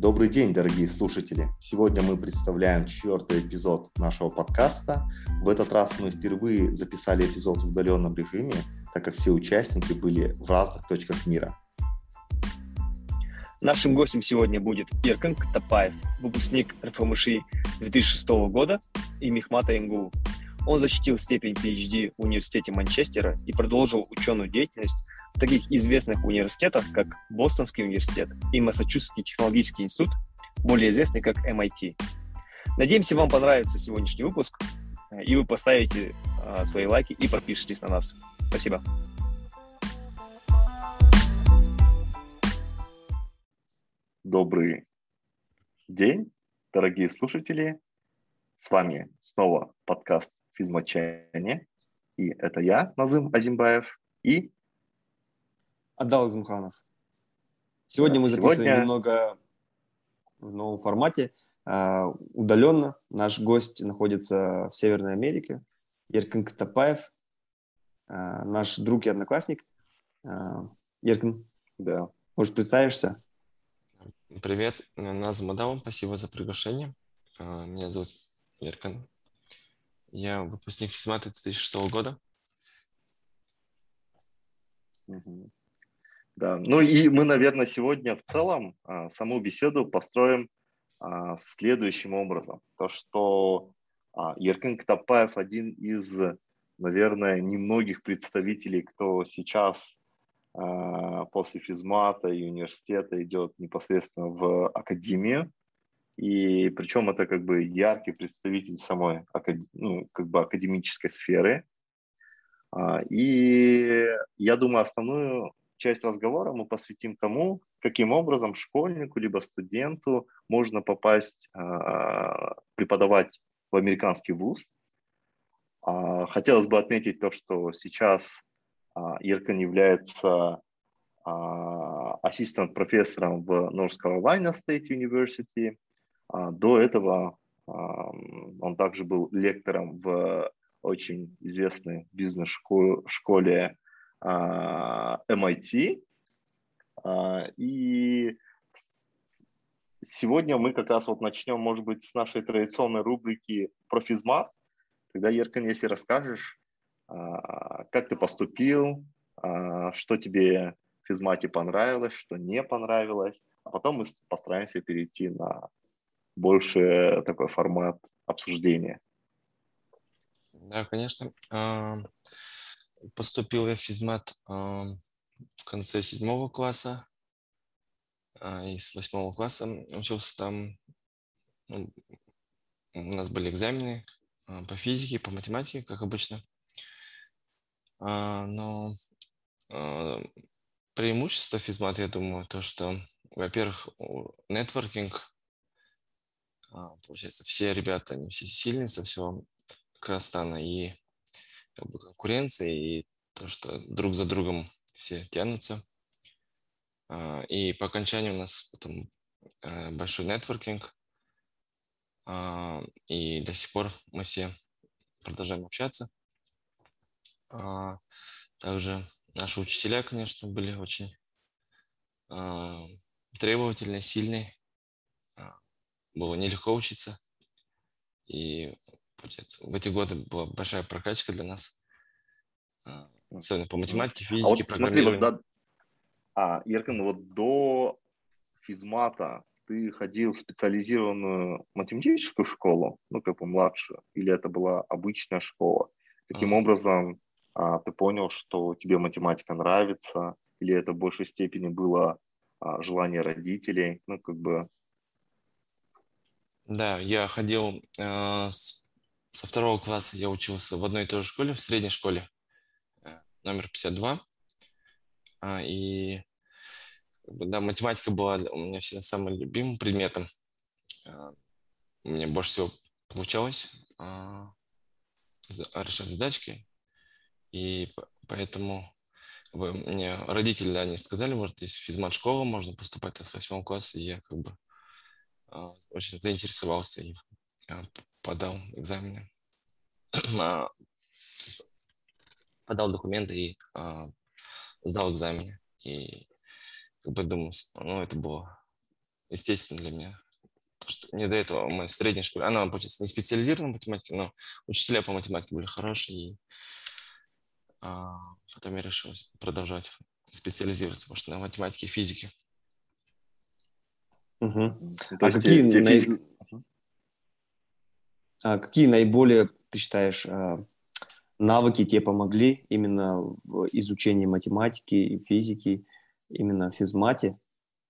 Добрый день, дорогие слушатели! Сегодня мы представляем 4-й эпизод нашего подкаста. В этот раз мы впервые записали эпизод в удаленном режиме, так как все участники были в разных точках мира. Нашим гостем сегодня будет Еркин Катапаев, выпускник РФМШ 2006 года и Мехмата МГУ. Он защитил степень PhD в университете Манчестера и продолжил ученую деятельность в таких известных университетах, как Бостонский университет и Массачусетский технологический институт, более известный как MIT. Надеемся, вам понравится сегодняшний выпуск, и вы поставите свои лайки и подпишитесь на нас. Спасибо. Добрый день, дорогие слушатели! С вами снова подкаст «Физматчане». И это я, Назым Азимбаев, и Адал Измуханов. Сегодня мы записываем немного в новом формате, удаленно. Наш гость находится в Северной Америке. Еркин Катапаев, наш друг и одноклассник. Еркин, да. Может, представишься? Привет, Назым Адалом, спасибо за приглашение. Меня зовут Еркин. Я выпускник физмата 2006 года. Да, ну и мы, наверное, сегодня в целом саму беседу построим следующим образом. То, что Еркин Катапаев один из, наверное, немногих представителей, кто сейчас после физмата и университета идет непосредственно в академию. И причем это как бы яркий представитель самой академической сферы. И я думаю, основную часть разговора мы посвятим тому, каким образом школьнику либо студенту можно попасть преподавать в американский вуз. Хотелось бы отметить то, что сейчас Еркин является ассистент-профессором в North Carolina State University. До этого он также был лектором в очень известной бизнес-школе MIT. И сегодня мы как раз вот начнем, может быть, с нашей традиционной рубрики про физмат. Тогда, Еркин, если расскажешь, как ты поступил, что тебе в физмате понравилось, что не понравилось, а потом мы постараемся перейти на больше такой формат обсуждения. Да, конечно. Поступил я в физмат в конце 7 класса, и с 8 класса учился там. У нас были экзамены по физике, по математике, как обычно. Но преимущество физмата, я думаю, то, что, во-первых, нетворкинг. Получается, все ребята, они все сильные со всего Казахстана, и как бы конкуренция, и то, что друг за другом все тянутся. И по окончанию у нас потом большой нетворкинг, и до сих пор мы все продолжаем общаться. Также наши учителя, конечно, были очень требовательные, сильные. Было нелегко учиться. И в эти годы была большая прокачка для нас. Особенно по математике, физике, программированию. Смотри, Еркин, вот до физмата ты ходил в специализированную математическую школу, как бы младшую, или это была обычная школа? Каким образом ты понял, что тебе математика нравится, или это в большей степени было желание родителей? Да, я ходил со 2 класса, я учился в одной и той же школе, в средней школе, номер 52. И да, математика была у меня всегда самым любимым предметом. У меня больше всего получалось решать задачки. И поэтому мне родители, они сказали, может, если в физмат-школу можно поступать с 8 класса, и я как бы очень заинтересовался и подал экзамены. Подал документы и сдал экзамены. И как бы думаю, это было естественно для меня. Потому что не до этого мы в средней школе, она, получается, не специализирована в математике, но учителя по математике были хорошие, и потом я решил продолжать специализироваться, может, на математике и физике. Ну, то А есть какие, тебе физика... какие наиболее, ты считаешь, навыки тебе помогли именно в изучении математики и физики, именно в физмате?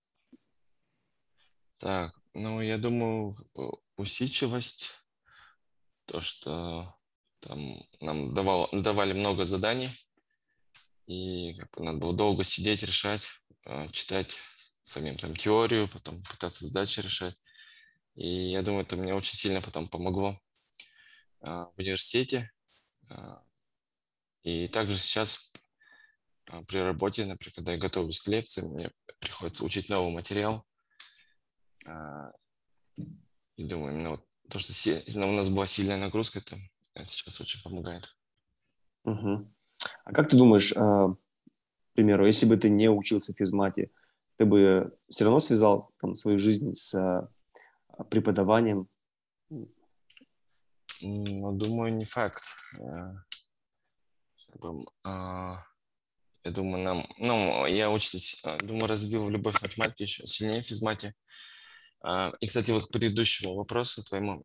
Так, ну, я думаю, как бы усидчивость, то, что там нам давали много заданий, и как бы надо было долго сидеть, решать, читать самим там теорию, потом пытаться задачи решать. И я думаю, это мне очень сильно потом помогло в университете. А, И также сейчас при работе, например, когда я готовлюсь к лекции, мне приходится учить новый материал. А, И думаю, именно вот то, что у нас была сильная нагрузка, это сейчас очень помогает. Мгм. А как ты думаешь, к примеру, если бы ты не учился в физмате, ты бы все равно связал там, свою жизнь с преподаванием? Ну, думаю, не факт. Как бы, Я думаю, я очень, думаю, развил любовь к математике еще сильнее в физмате. И, кстати, вот к предыдущему вопросу твоему,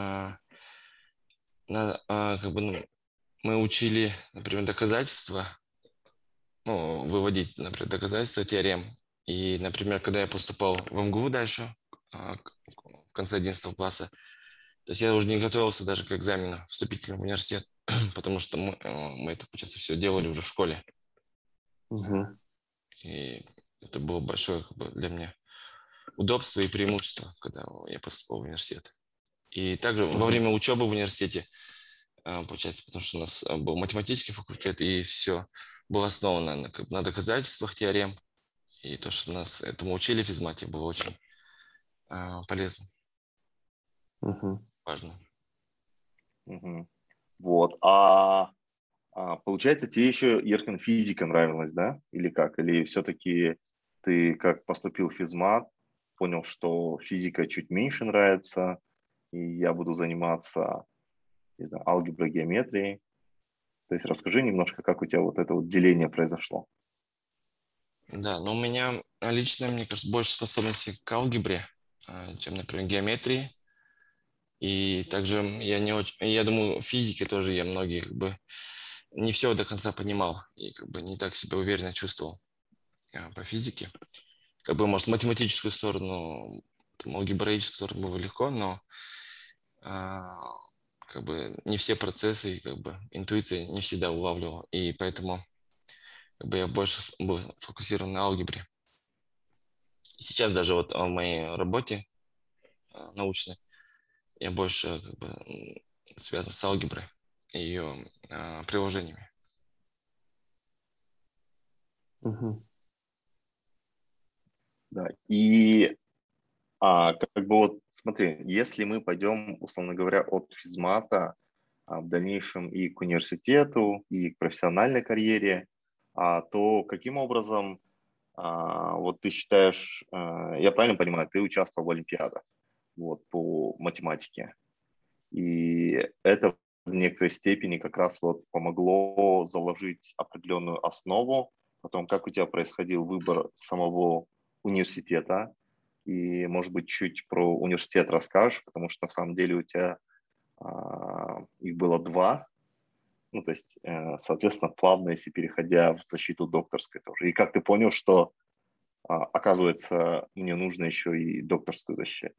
как бы, мы учили, например, доказательства, ну, выводить, например, доказательства теорем. И, например, когда я поступал в МГУ дальше, в конце 11 класса, то есть я уже не готовился даже к экзамену вступительного в университет, потому что мы это, получается, все делали уже в школе. Мгм. И это было большое как бы, для меня удобство и преимущество, когда я поступил в университет. И также во Мгм. время учебы в университете, получается, потому что у нас был математический факультет, и все было основано на доказательствах теорем. И то, что нас этому учили в физмате, было очень полезно, Мгм. важно. Мгм. Вот. Получается, тебе еще, Еркин, физика нравилась, да? Или как? Или все-таки ты как поступил в физмат, понял, что физика чуть меньше нравится, и я буду заниматься, не знаю, алгеброй, геометрией. То есть расскажи немножко, как у тебя вот это вот деление произошло. Да, но у меня лично, мне кажется, больше способностей к алгебре, чем, например, геометрии. И также я не очень, я думаю, в физике тоже я многие как бы не все до конца понимал и как бы не так себя уверенно чувствовал по физике. Как бы, может, математическую сторону, там, алгебраическую сторону было легко, но а, как бы не все процессы, и, как бы интуиция не всегда улавливала, и поэтому как бы я больше был фокусирован на алгебре. И сейчас даже вот в моей работе научной я больше как бы связан с алгеброй и ее приложениями. Мгм. Да. И как бы вот смотри, если мы пойдем, условно говоря, от физмата в дальнейшем и к университету, и к профессиональной карьере, то каким образом вот ты считаешь, я правильно понимаю, ты участвовал в Олимпиадах вот, по математике, и это в некоторой степени как раз вот помогло заложить определенную основу о том, как у тебя происходил выбор самого университета, и, может быть, чуть про университет расскажешь, потому что на самом деле у тебя их было два, ну, то есть, соответственно, плавно, если переходя в защиту докторской тоже. И как ты понял, что, оказывается, мне нужно еще и докторскую защиту?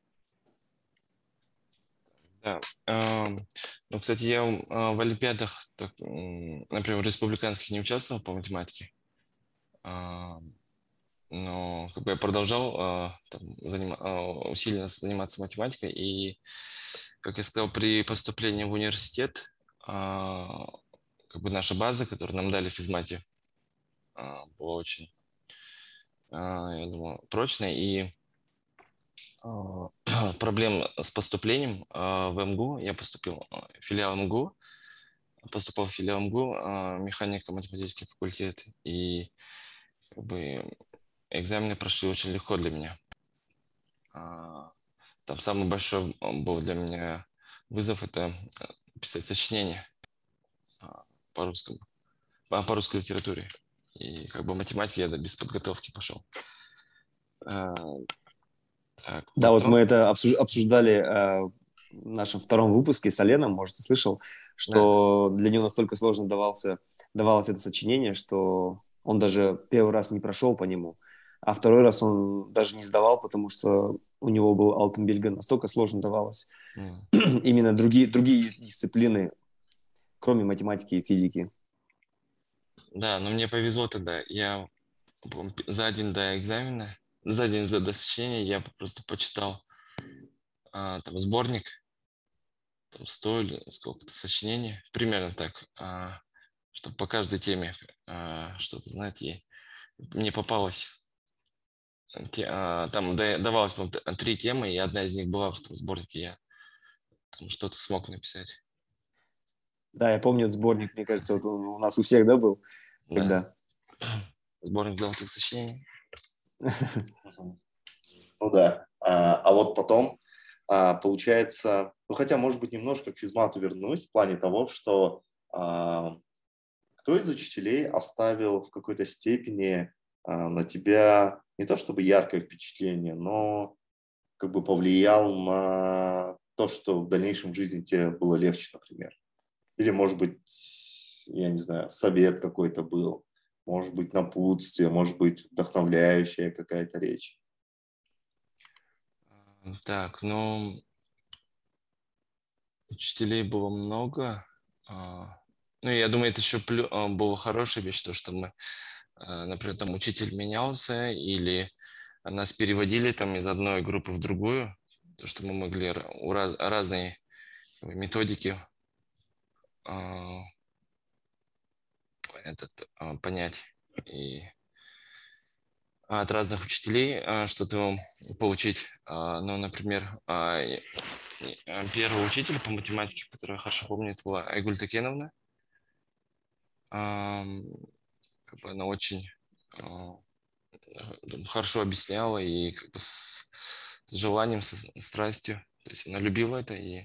Да. Ну, кстати, я в олимпиадах, например, в республиканских не участвовал по математике, а, но как бы я продолжал усиленно заниматься математикой. И, как я сказал, при поступлении в университет как бы наша база, которую нам дали в физмате, была очень, я думаю, прочной. И а, проблем с поступлением в МГУ. Я поступил в филиал МГУ, поступал в филиал МГУ, механико-математический факультет, и как бы экзамены прошли очень легко для меня. Там самый большой был для меня вызов — это писать сочинение по русскому, по русской литературе. И как бы математике я без подготовки пошел. Так, Да, вот потом, мы это обсуждали в нашем втором выпуске с Оленом, может, ты слышал, да, что для него настолько сложно давалось это сочинение, что он даже первый раз не прошел по нему, а второй раз он даже не сдавал, потому что у него был Алтенбильген, настолько сложно давалось м, именно другие дисциплины, кроме математики и физики. да, но мне повезло тогда. Я за день до экзамена, за день до сочинения я просто почитал там сборник, там 100 или сколько-то сочинений, примерно так, чтобы по каждой теме что-то знать. И мне попалось, там давалось, по-моему, 3 темы, и одна из них была в том сборнике. Я там что-то смог написать. Да, я помню этот сборник, мне кажется, вот он у нас у всех, да, был Да, тогда. сборник золотых сочинений. Мгм. Ну да. А вот потом, получается, ну хотя, может быть, немножко к физмату вернусь в плане того, что кто из учителей оставил в какой-то степени на тебя не то чтобы яркое впечатление, но как бы повлиял на то, что в дальнейшем в жизни тебе было легче, например? Или, может быть, я не знаю, совет какой-то был, может быть, напутствие, может быть, вдохновляющая какая-то речь. Так, ну, учителей было много. Ну, я думаю, это еще была хорошая вещь, то, что мы, например, там учитель менялся или нас переводили там из одной группы в другую, то, что мы могли разные как бы, методики а, понять и от разных учителей что-то получить. Ну, например, первый учитель по математике, который я хорошо помню, это была Айгуль Такеновна. Как бы она очень а, хорошо объясняла и как бы с желанием, со страстью. То есть она любила это. И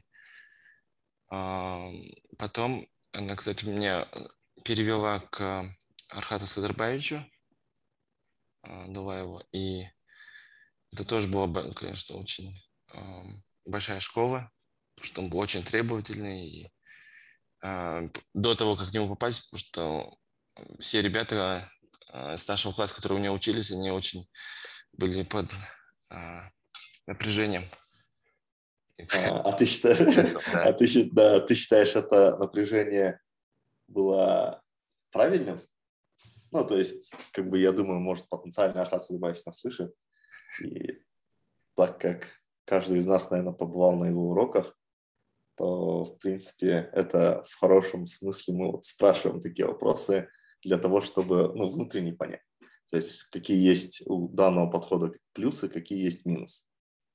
потом она, кстати, меня перевела к Архату Садарбаевичу Дулаеву. И это тоже была, конечно, очень большая школа, потому что он был очень требовательный. И до того, как к нему попасть, потому что все ребята из нашего класса, которые у него учились, они очень были под напряжением. А ты считаешь, Да. да, ты считаешь, это напряжение было правильным? Ну, то есть, как бы, я думаю, может, потенциально Архат Садыбаевич нас слышит. И так как каждый из нас, наверное, побывал на его уроках, то, в принципе, это в хорошем смысле мы вот спрашиваем такие вопросы для того, чтобы, ну, внутренне понять. То есть, какие есть у данного подхода плюсы, какие есть минусы.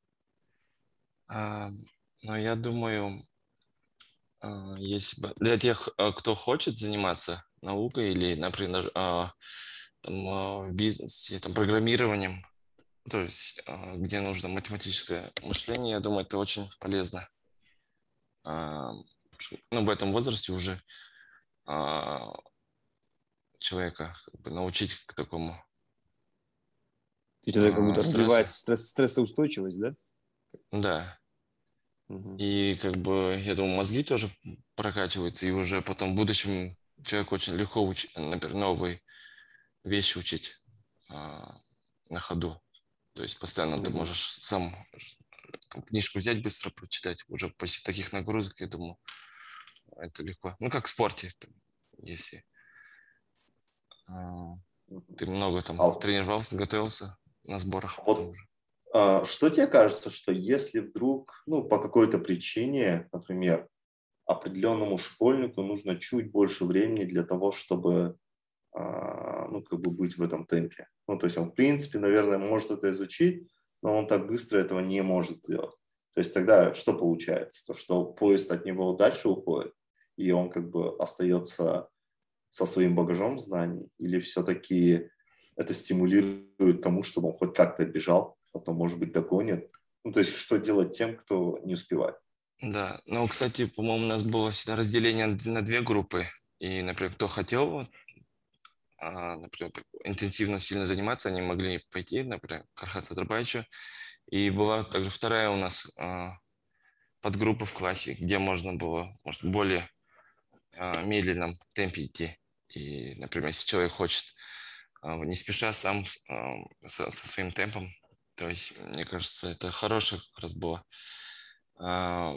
Но я думаю, если бы для тех, кто хочет заниматься наукой или, например, в бизнесе, там, программированием, то есть где нужно математическое мышление, я думаю, это очень полезно. Ну, в этом возрасте уже а, человека как бы научить к такому То есть это как будто стрессу. развивает стрессоустойчивость, да? Да. Мгм. И как бы, я думаю, мозги тоже прокачиваются, и уже потом в будущем человеку очень легко например, новые вещи учить на ходу. То есть постоянно ты Мгм. можешь сам там, книжку взять, быстро прочитать. Уже после таких нагрузок, я думаю, это легко. Ну, как в спорте, там, если а, ты много там А тренировался, готовился на сборах, потом вот уже. что тебе кажется, что если вдруг, ну, по какой-то причине, например, определенному школьнику нужно чуть больше времени для того, чтобы, ну, как бы быть в этом темпе. Ну, то есть он, в принципе, наверное, может это изучить, но он так быстро этого не может сделать. То есть тогда что получается? То, что поезд от него дальше уходит, и он как бы остается со своим багажом знаний, или все-таки это стимулирует тому, чтобы он хоть как-то бежал, потом, может быть, догонит, Ну, то есть, что делать тем, кто не успевает? Да, ну, кстати, по-моему, у нас было всегда разделение на две группы. И, например, кто хотел, например, так интенсивно сильно заниматься, они могли пойти, например, к Архат Садрбаевичу. И была также вторая у нас подгруппа в классе, где можно было, может, в более медленном темпе идти. И, например, если человек хочет не спеша сам со своим темпом, то есть, мне кажется, это хорошая как раз была а,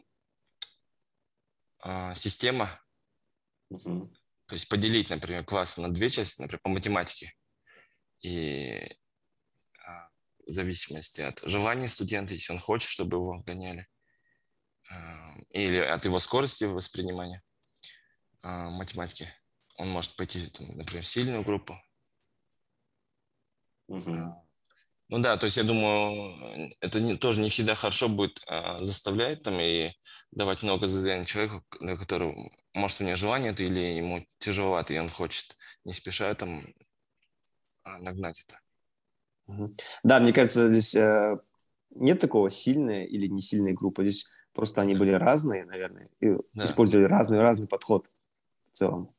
система, Мгм. то есть поделить, например, класс на две части, например, по математике. И в зависимости от желания студента, если он хочет, чтобы его гоняли, или от его скорости воспринимания математики, он может пойти, там, например, в сильную группу. Мгм. Ну да, то есть я думаю, это тоже не всегда хорошо будет заставлять там и давать много заданий человеку, на которого, может, у него желание это или ему тяжеловато, и он хочет не спеша там нагнать это. Мгм. Да, мне кажется, здесь нет такого сильной или не сильной группы. Здесь просто они Да, были разные, наверное, и да, использовали разный подход в целом.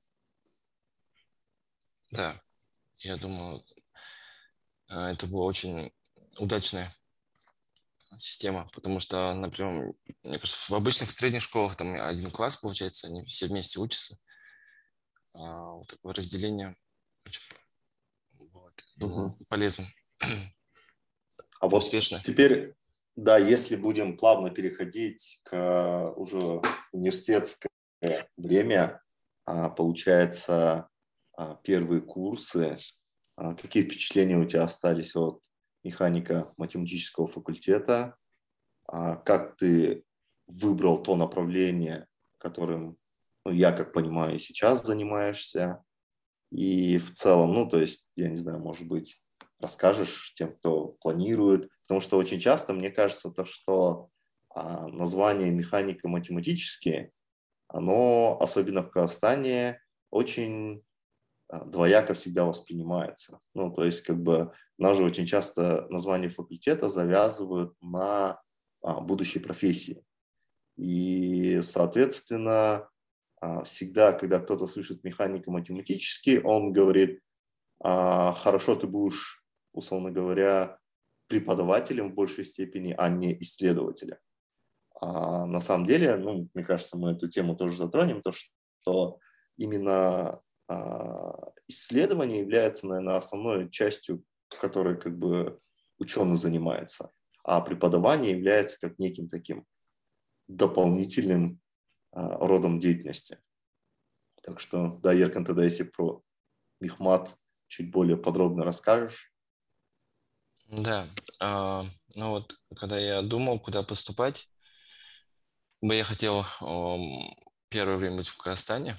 да. Я думаю, это была очень удачная система, потому что, например, мне кажется, в обычных средних школах там один класс, получается, они все вместе учатся. Вот такое разделение очень вот, Мгм. полезно А и вот успешно. теперь, да, если будем плавно переходить к уже университетское время, получается, первые курсы, какие впечатления у тебя остались от механико-математического факультета? Как ты выбрал то направление, которым, ну, я, как понимаю, и сейчас занимаешься? И в целом, ну, то есть, я не знаю, может быть, расскажешь тем, кто планирует, потому что очень часто мне кажется то, что название механико-математические, оно, особенно в Казахстане, очень двояко всегда воспринимается. Ну, то есть, как бы, у нас же очень часто название факультета завязывают на будущей профессии. И, соответственно, всегда, когда кто-то слышит механико-математический, он говорит, хорошо, ты будешь, условно говоря, преподавателем в большей степени, а не исследователем. На самом деле, ну, мне кажется, мы эту тему тоже затронем, то, что именно исследование является, наверное, основной частью, которой как бы ученый занимается, а преподавание является как неким таким дополнительным родом деятельности. Так что, да, Еркан, тогда если про Мехмат чуть более подробно расскажешь. Да, ну вот, когда я думал, куда поступать, я хотел первое время быть в Казахстане,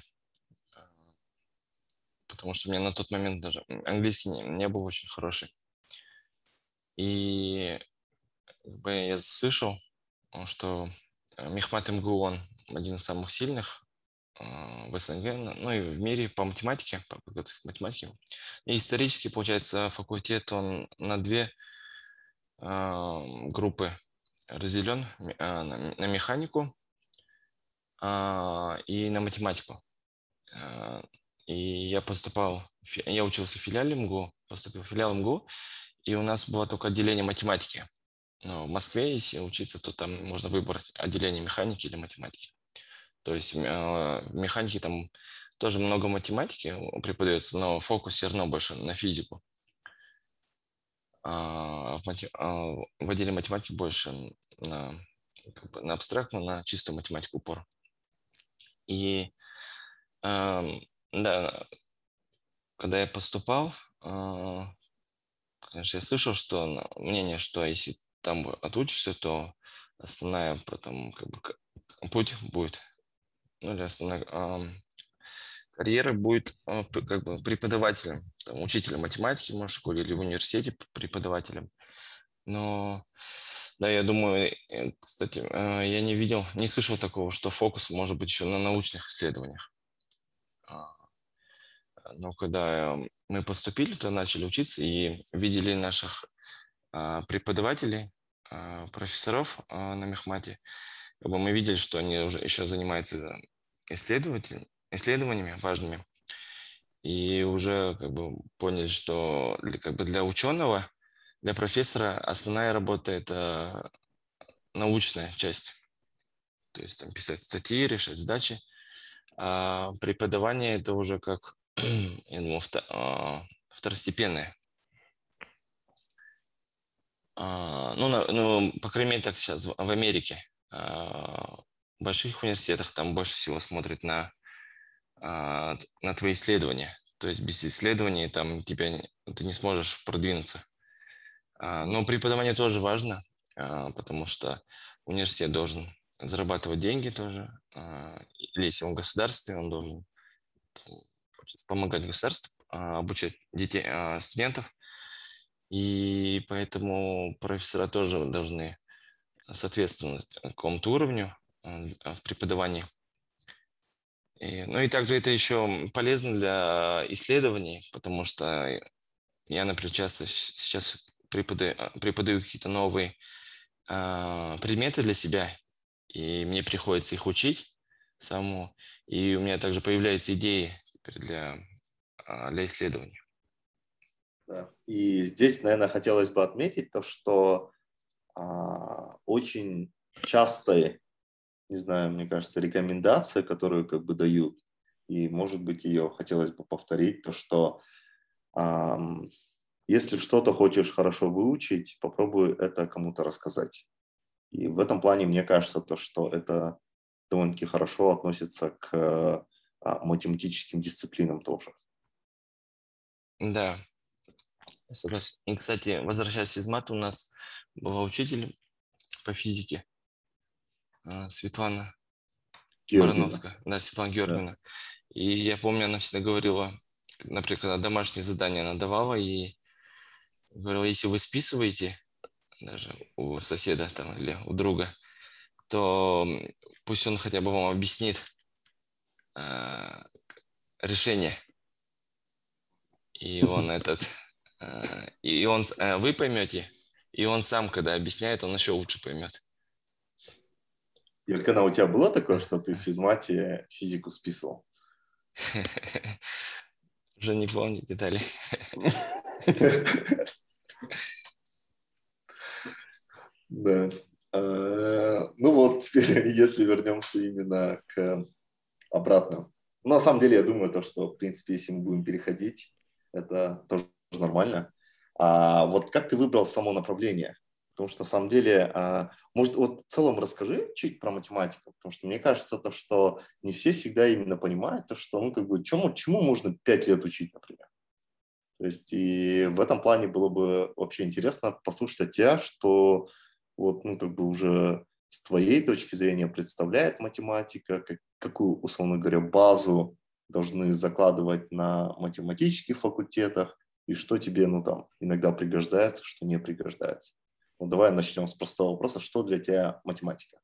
потому что у меня на тот момент даже английский не был очень хороший. И я слышал, что Мехмат МГУ, он один из самых сильных в СНГ, ну и в мире по математике, по подготовке к математике. И исторически, получается, факультет, он на две группы разделен, на механику и на математику. А, И я поступал, я учился в филиале МГУ, поступил в филиал МГУ, и у нас было только отделение математики. Но в Москве, если учиться, то там можно выбрать отделение механики или математики. То есть в механике там тоже много математики преподается, но фокус все равно больше на физику. В отделе математики больше на, как бы, на абстрактную, на чистую математику упор. И да, когда я поступал, конечно, я слышал, что мнение, что если там отучишься, то основная потом как бы путь будет, ну или основная карьера будет как бы преподавателем, там, учителем математики, может, в школе или в университете преподавателем. Но да, я думаю, кстати, я не видел, не слышал такого, что фокус может быть еще на научных исследованиях. А, Но когда мы поступили, то начали учиться и видели наших преподавателей, профессоров на мехмате, как бы мы видели, что они уже еще занимаются исследованиями важными, и уже как бы поняли, что как бы для ученого, для профессора основная работа – это научная часть, то есть там писать статьи, решать задачи, а преподавание – это уже как, я думаю, второстепенное. Ну, по крайней мере, так сейчас в Америке. В больших университетах там больше всего смотрят на твои исследования. То есть без исследований там ты не сможешь продвинуться. Но преподавание тоже важно, потому что университет должен зарабатывать деньги тоже. Или если он в государстве, он должен помогать государству обучать детей, студентов. И поэтому профессора тоже должны соответствовать какому-то уровню в преподавании. Ну и также это еще полезно для исследований, потому что я, например, часто сейчас преподаю какие-то новые предметы для себя, и мне приходится их учить самому, и у меня также появляются идеи теперь для исследований. Да. И здесь, наверное, хотелось бы отметить то, что очень часто, не знаю, мне кажется, рекомендация, которую как бы дают, и, может быть, ее хотелось бы повторить, то, что если что-то хочешь хорошо выучить, попробуй это кому-то рассказать. И в этом плане мне кажется, то, что это довольно-таки хорошо относится к математическим дисциплинам тоже. Да, согласен. И, кстати, возвращаясь в физмат, у нас была учитель по физике Светлана Георгиевна. Барановская. Да, Светлана Георгиевна. Да. И я помню, она всегда говорила, например, когда домашние задания она давала, и говорила, если вы списываете, даже у соседа там или у друга, то пусть он хотя бы вам объяснит решение. И он вы поймете, и он сам, когда объясняет, он еще лучше поймет. Иркана, у тебя было такое, что ты в физмате физику списывал? Уже не помню детали. Да. Ну вот, теперь, если вернемся именно к обратно. На самом деле, я думаю, то, что, в принципе, если мы будем переходить, это тоже нормально. Вот как ты выбрал само направление? Потому что, на самом деле, может, вот в целом расскажи чуть про математику, потому что мне кажется, то, что не все всегда именно понимают, то, что, ну, как бы, чему можно 5 лет учить, например. То есть и в этом плане было бы вообще интересно послушать от тебя, что вот, ну, как бы уже с твоей точки зрения представляет математика, какую, условно говоря, базу должны закладывать на математических факультетах, и что тебе, ну, там, иногда пригождается, что не пригождается. Ну, давай начнем с простого вопроса. Что для тебя математика?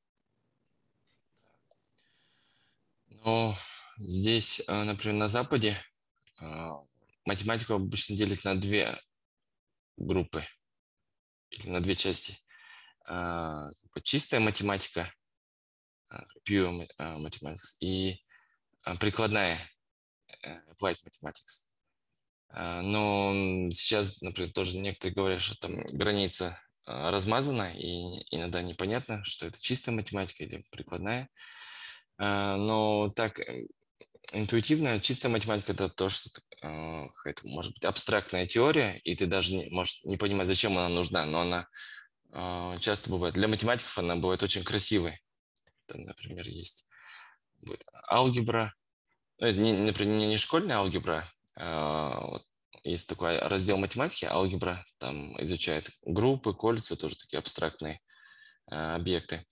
Ну, здесь, например, на Западе математику обычно делят на две группы или на две части. Чистая математика, pure mathematics, и прикладная applied mathematics. Но сейчас, например, тоже некоторые говорят, что там граница размазана, и иногда непонятно, что это чистая математика или прикладная. Но так интуитивно чистая математика – это то, что какая-то, может быть, абстрактная теория, и ты даже можешь не понимать, зачем она нужна, но она часто бывает. Для математиков она бывает очень красивой. Там, например, будет алгебра. Ну, это, например, не школьная алгебра. Вот есть такой раздел математики, алгебра. Там изучают группы, кольца, тоже такие абстрактные объекты.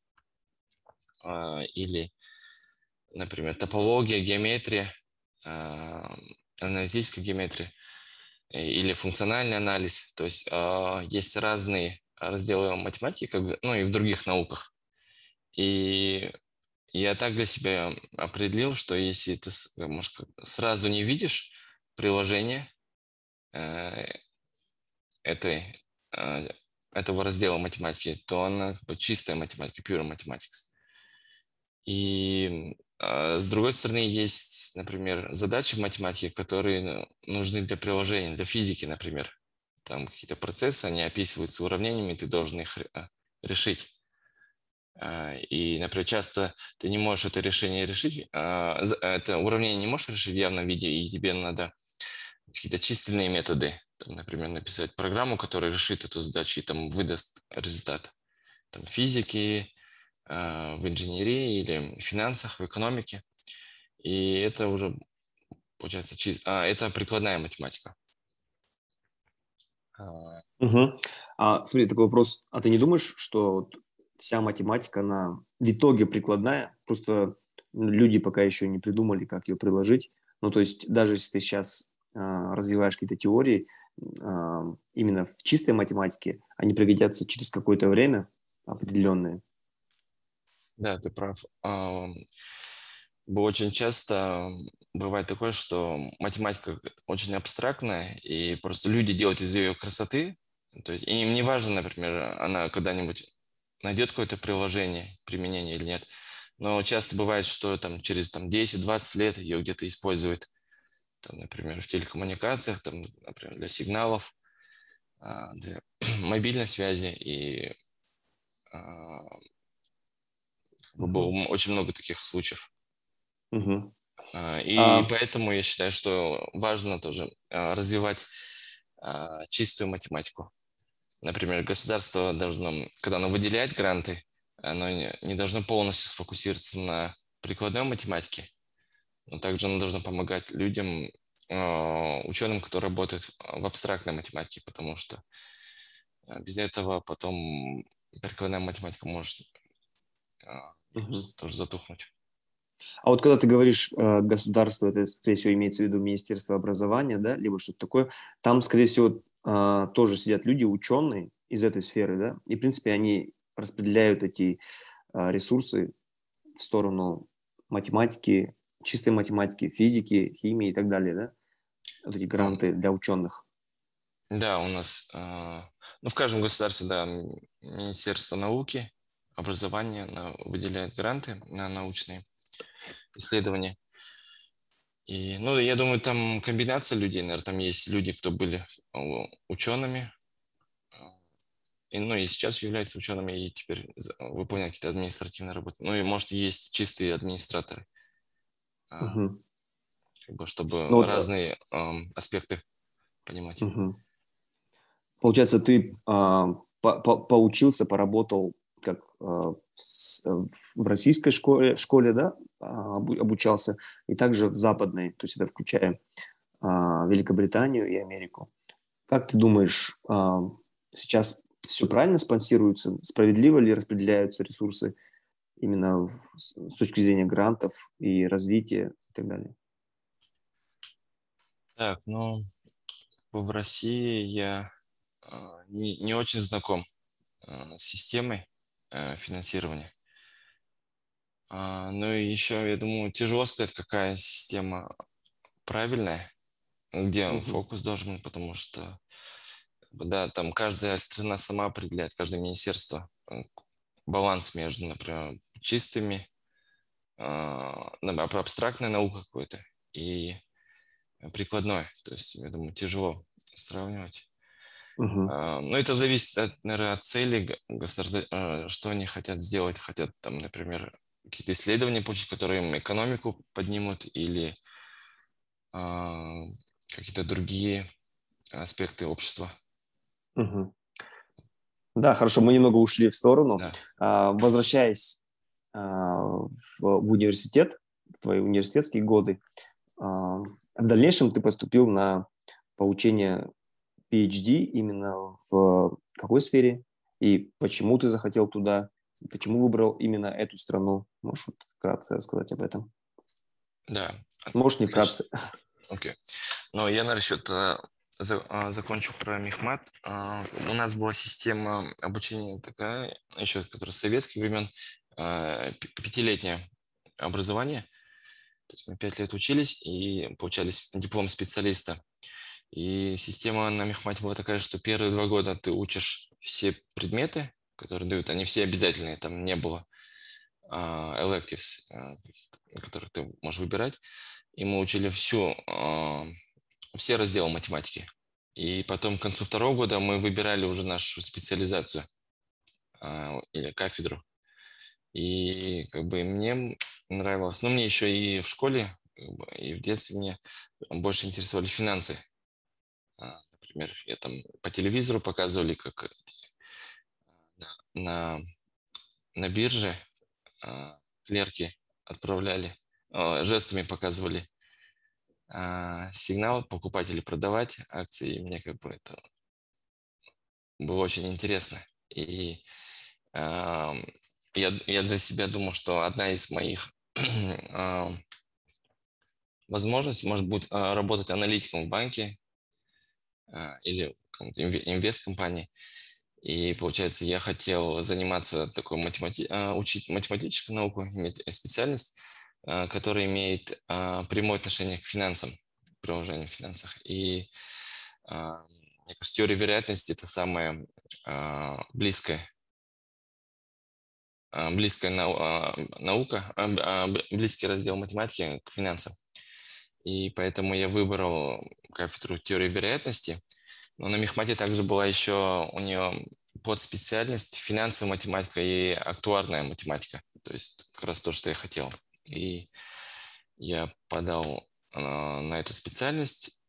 Или, например, топология, геометрия, аналитическая геометрия или функциональный анализ. То есть есть разные разделы математики, ну и в других науках. И я так для себя определил, что если ты, может, сразу не видишь приложение этой этого раздела математики, то она как бы чистая математика, pure mathematics. И с другой стороны, есть, например, задачи в математике, которые нужны для приложения, для физики, например. Там какие-то процессы, они описываются уравнениями, ты должен их решить. И, например, часто ты не можешь это решение решить, это уравнение не можешь решить в явном виде, и тебе надо какие-то численные методы, там, например, написать программу, которая решит эту задачу и там выдаст результат. Там, в физике, в инженерии или в финансах, в экономике. И это уже, получается, это прикладная математика. Мгм. Смотри, такой вопрос. А ты не думаешь, что вот вся математика, она в итоге прикладная? Просто люди пока еще не придумали, как ее приложить. Ну, то есть даже если ты сейчас развиваешь какие-то теории именно в чистой математике, они пригодятся через какое-то время определенное. Да, ты прав. Очень часто бывает такое, что математика очень абстрактная, и просто люди делают из ее красоты. То есть им не важно, например, она когда-нибудь найдет какое-то приложение, применение или нет. Но часто бывает, что там, через 10-20 лет ее где-то используют, там, например, в телекоммуникациях, там, например, для сигналов, для мобильной связи. И а, было Мгм. очень много таких случаев. Мгм. И А, поэтому я считаю, что важно тоже развивать чистую математику. Например, государство должно, когда оно выделяет гранты, оно не должно полностью сфокусироваться на прикладной математике, но также оно должно помогать людям, ученым, которые работают в абстрактной математике, потому что без этого потом прикладная математика может мгм. просто тоже затухнуть. А вот когда ты говоришь государство, это, скорее всего, имеется в виду Министерство образования, да, либо что-то такое, там, скорее всего, тоже сидят люди, ученые из этой сферы, да, и, в принципе, они распределяют эти ресурсы в сторону математики, чистой математики, физики, химии и так далее, да, вот эти Ну, гранты для ученых. да, у нас, ну, в каждом государстве, да, Министерство науки, образования выделяет гранты на научные исследования. И, ну, я думаю, там комбинация людей, наверное, там есть люди, кто были учеными, и, ну, и сейчас являются учеными, и теперь выполняют какие-то административные работы. Ну, и, может, есть чистые администраторы, а, Мгм. как бы, чтобы Ну вот, разные аспекты понимать. мгм. Получается, ты поучился, поработал как в российской школе, да, обучался, и также в западной, то есть это включая Великобританию и Америку. Как ты думаешь, сейчас все правильно спонсируется? Справедливо ли распределяются ресурсы именно с точки зрения грантов и развития и так далее? Так, ну, в России я не очень знаком с системой финансирования. Ну и еще, я думаю, тяжело сказать, какая система правильная, где Мгм. фокус должен быть, потому что, как бы, да, там каждая страна сама определяет, каждое министерство баланс между, например, чистыми, абстрактной наукой какой-то и прикладной. То есть, я думаю, тяжело сравнивать. Мгм. Ну, это зависит, наверное, от цели государства, что они хотят сделать. Хотят, там, например, какие-то исследования получить, которые им экономику поднимут, или а, какие-то другие аспекты общества. Мгм. Да, хорошо, мы немного ушли в сторону. Да. Возвращаясь в университет, в твои университетские годы, в дальнейшем ты поступил на получение PhD именно в какой сфере и почему ты захотел туда, почему выбрал именно эту страну? Можешь вот вкратце рассказать об этом? Да, Можешь не отлично. вкратце. Окей. Но я на расчет закончу про мехмат. У нас была система обучения такая, еще которая с советских времен, пятилетнее образование. То есть мы 5 лет учились и получали диплом специалиста. И система на мехмате была такая, что первые 2 года ты учишь все предметы, которые дают, они все обязательные, там не было electives, которые ты можешь выбирать. И мы учили все разделы математики. И потом к концу 2 года мы выбирали уже нашу специализацию или кафедру. И как бы мне нравилось, но мне еще и в школе, как бы, и в детстве мне больше интересовали финансы. Например, я там по телевизору показывали, как на, на бирже клерки отправляли, жестами показывали сигнал покупать или продавать акции. И мне как бы это было очень интересно. И я для себя думал, что одна из моих возможностей может быть работать аналитиком в банке или в каком-то инвесткомпании. И получается, я хотел заниматься такой учить математическую науку, иметь специальность, которая имеет прямое отношение к финансам, к приложению в финансах. И мне кажется, теория вероятности – это самая близкая наука, близкий раздел математики к финансам. И поэтому я выбрал кафедру теории вероятности. Но на мехмате также была еще у нее подспециальность финансовая математика и актуарная математика. То есть как раз то, что я хотел. И я подал на эту специальность.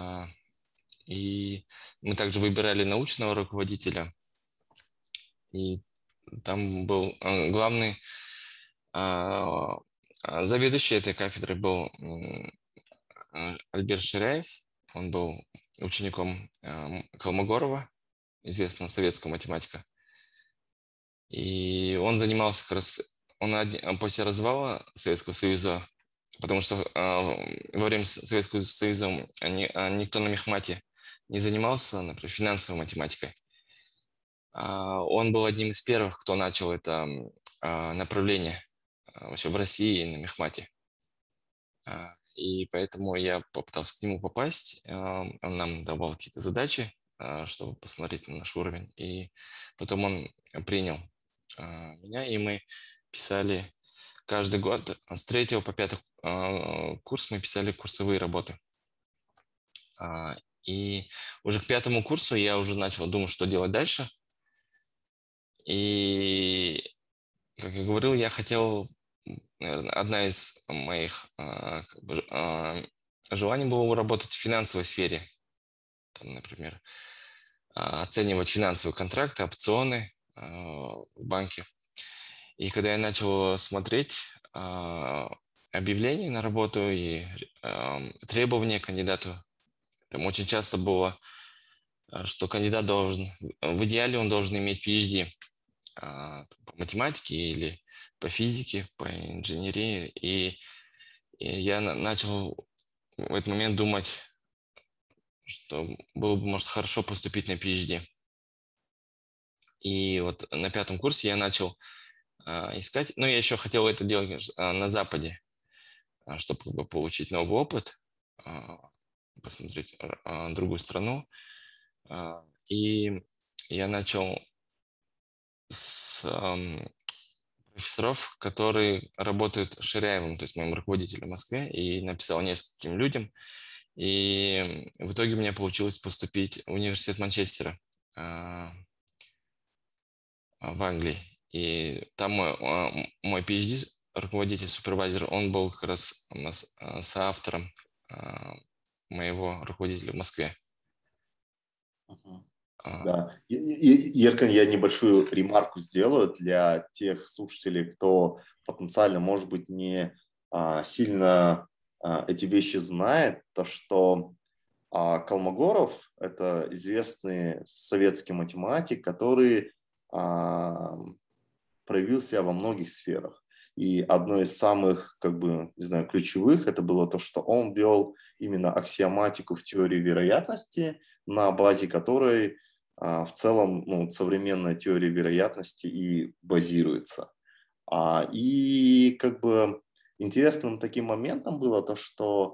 И мы также выбирали научного руководителя. И там был главный заведующий этой кафедрой был Альберт Ширяев. Он был учеником Колмогорова, известного советского математика. И он занимался как раз, после развала Советского Союза, потому что во время Советского Союза никто на мехмате не занимался, например, финансовой математикой. Он был одним из первых, кто начал это направление вообще в России на мехмате. И поэтому я попытался к нему попасть. Он нам давал какие-то задачи, чтобы посмотреть на наш уровень. И потом он принял меня, и мы писали каждый год с 3 по 5 курс мы писали курсовые работы. И уже к 5 курсу я уже начал думать, что делать дальше. И, как я говорил, я хотел, наверное, одна из моих желаний было работать в финансовой сфере. Там, например, оценивать финансовые контракты, опционы в банке. И когда я начал смотреть объявления на работу и требования к кандидату, там очень часто было, что кандидат должен, в идеале он должен иметь PhD по математике или по физике, по инженерии. И я начал в этот момент думать, что было бы, может, хорошо поступить на PhD. И вот на 5 курсе я начал искать. Но я еще хотел это делать на Западе, чтобы как бы получить новый опыт, посмотреть другую страну. И я начал с профессоров, которые работают с Ширяевым, то есть моим руководителем в Москве, и написал нескольким людям. И в итоге у меня получилось поступить в университет Манчестера в Англии. И там мой PhD, руководитель, супервайзер, он был как раз у нас соавтором моего руководителя в Москве. Да. Еркин, я небольшую ремарку сделаю для тех слушателей, кто потенциально, может быть, не сильно эти вещи знает, то что Колмогоров – это известный советский математик, который проявил себя во многих сферах. И одно из самых, как бы, не знаю, ключевых, это было то, что он ввел именно аксиоматику в теории вероятности, на базе которой в целом современная теория вероятности и базируется. И как бы интересным таким моментом было то, что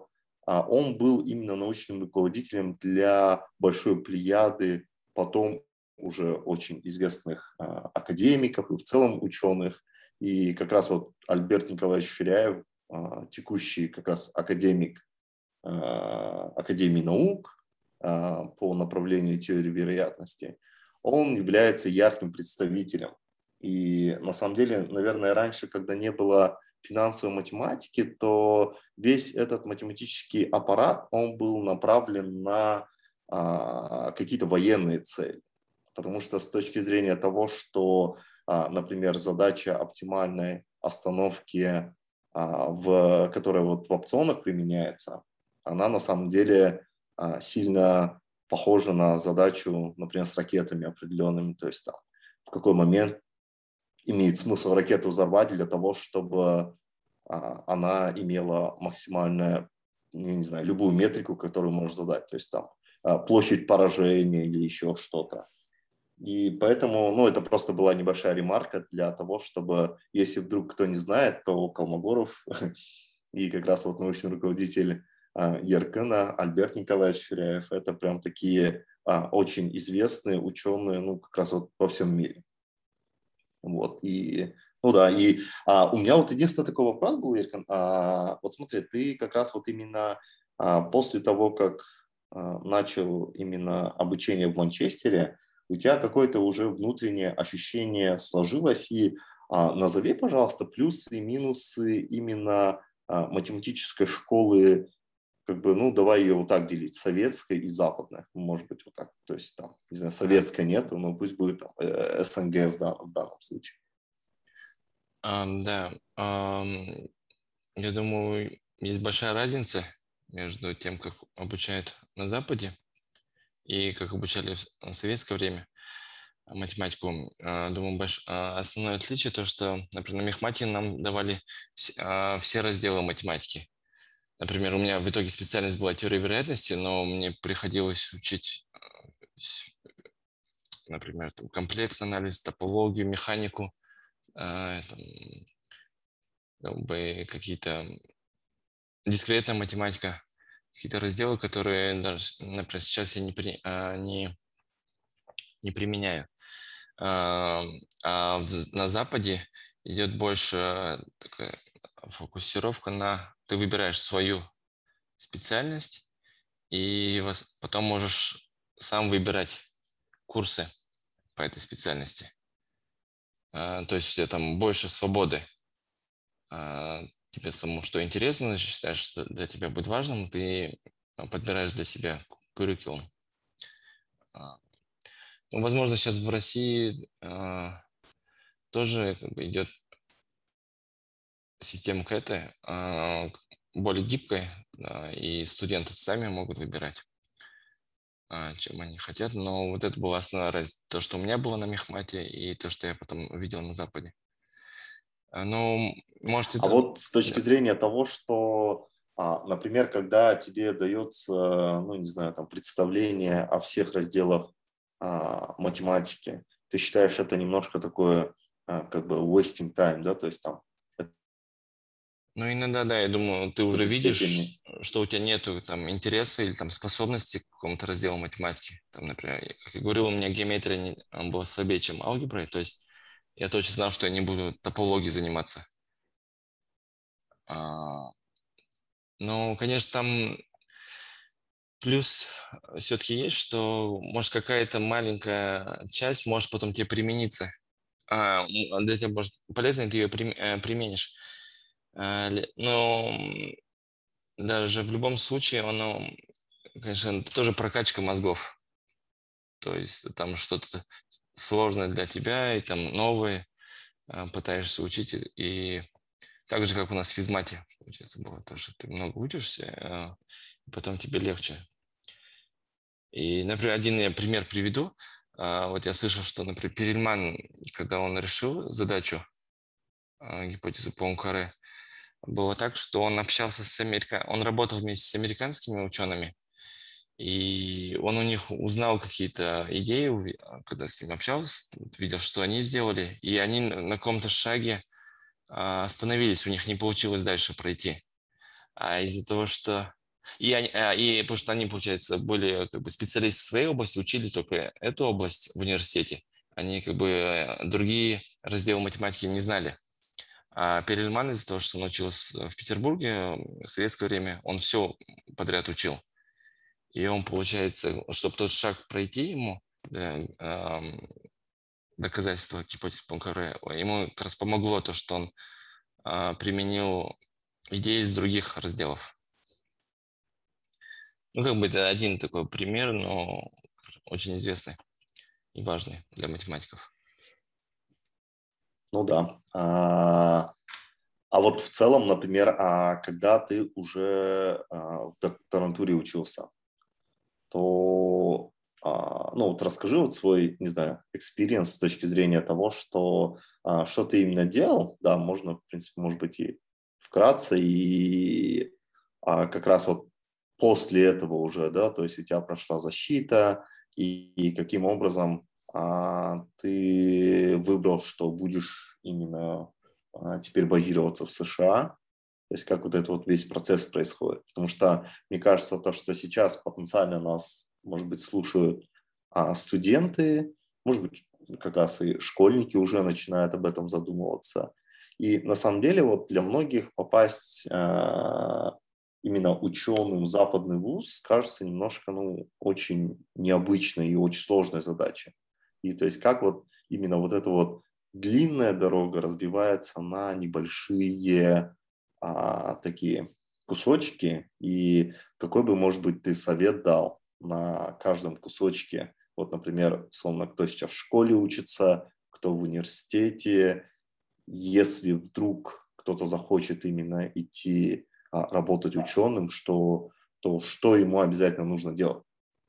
он был именно научным руководителем для большой плеяды потом уже очень известных академиков и в целом ученых. И как раз вот Альберт Николаевич Ширяев, текущий как раз академик Академии наук по направлению теории вероятности, он является ярким представителем. И на самом деле, наверное, раньше, когда не было финансовой математики, то весь этот математический аппарат, он был направлен на какие-то военные цели. Потому что с точки зрения того, что, например, задача оптимальной остановки, которая вот в опционах применяется, она на самом деле сильно похожа на задачу, например, с ракетами определенными. То есть там, в какой момент имеет смысл ракету взорвать для того, чтобы она имела максимальную, не знаю, любую метрику, которую можешь задать. То есть там площадь поражения или еще что-то. И поэтому, ну, это просто была небольшая ремарка для того, чтобы, если вдруг кто не знает, то Колмогоров и как раз вот научный руководитель Яркена Альберт Николаевич Ширяев, это прям такие очень известные ученые, ну, как раз вот во всем мире. Вот, и, ну да, и у меня вот единственный такой вопрос был, Яркен, вот смотри, ты как раз вот именно после того, как начал именно обучение в Манчестере, у тебя какое-то уже внутреннее ощущение сложилось, и назови, пожалуйста, плюсы и минусы именно математической школы, как бы, ну, давай ее вот так делить, советская и западная, может быть, вот так, то есть там, не знаю, советской нету, но пусть будет там, СНГ в данном случае. Да, я думаю, есть большая разница между тем, как обучают на Западе и как обучали в советское время математику. Думаю, основное отличие то, что, например, на мехмате нам давали все разделы математики. Например, у меня в итоге специальность была теория вероятности, но мне приходилось учить, например, там, комплексный анализ, топологию, механику, какие-то дискретная математика, какие-то разделы, которые даже, например, сейчас я не применяю. На Западе идет больше такая фокусировка на... Ты выбираешь свою специальность и потом можешь сам выбирать курсы по этой специальности. То есть у тебя там больше свободы. Тебе самому что интересно, считаешь, что для тебя будет важным, ты подбираешь для себя curriculum. Ну, возможно, сейчас в России тоже как бы идет система КЭТа более гибкая, и студенты сами могут выбирать, чем они хотят. Но вот это была основная разница. То, что у меня было на мехмате, и то, что я потом видел на Западе. Ну, может, это... вот с точки зрения того, что, например, когда тебе дается, ну, не знаю, там, представление о всех разделах математики, ты считаешь это немножко такое, как бы, wasting time, да, то есть там... Ну, иногда, да, я думаю, ты уже видишь, что у тебя нету там интереса или там способности к какому-то разделу математики. Там, например, как я говорил, у меня геометрия была слабее, чем алгебра, то есть я точно знал, что я не буду топологией заниматься. Ну, конечно, там плюс все-таки есть, что, может, какая-то маленькая часть может потом тебе примениться. Для тебя может полезно, и ты ее применишь. Но даже в любом случае, оно, конечно, это тоже прокачка мозгов. То есть там что-то сложное для тебя и там новое пытаешься учить. И так же, как у нас в физмате, получается, было то, что ты много учишься, и потом тебе легче. И, например, один я пример приведу. Вот я слышал, что, например, Перельман, когда он решил задачу, гипотезу Пуанкаре, было так, что он общался он работал вместе с американскими учеными, и он у них узнал какие-то идеи, когда с ним общался, видел, что они сделали, и они на каком-то шаге остановились, у них не получилось дальше пройти. А из-за того, что И потому что они, получается, были как бы специалисты в своей области, учили только эту область в университете. Они как бы другие разделы математики не знали. А Перельман из-за того, что он учился в Петербурге в советское время, он все подряд учил. И он, получается, чтобы тот шаг пройти ему, доказательства гипотезы Пуанкаре, ему как раз помогло то, что он применил идеи из других разделов. Ну, как бы это один такой пример, но очень известный и важный для математиков. Ну да. А вот в целом, например, когда ты уже в докторантуре учился, то ну вот расскажи вот свой, не знаю, экспириенс с точки зрения того, что ты именно делал, да, можно, в принципе, может быть, и вкратце, и как раз вот после этого уже, да, то есть у тебя прошла защита, и каким образом ты выбрал, что будешь именно теперь базироваться в США, то есть как вот этот вот весь процесс происходит. Потому что мне кажется, то, что сейчас потенциально нас, может быть, слушают студенты, может быть, как раз и школьники уже начинают об этом задумываться. И на самом деле вот для многих попасть именно ученым в западный вуз кажется немножко, ну, очень необычной и очень сложной задачей. И то есть как вот именно вот эта вот длинная дорога разбивается на небольшие такие кусочки, и какой бы, может быть, ты совет дал на каждом кусочке? Вот, например, условно, кто сейчас в школе учится, кто в университете, если вдруг кто-то захочет именно идти работать ученым, то что ему обязательно нужно делать?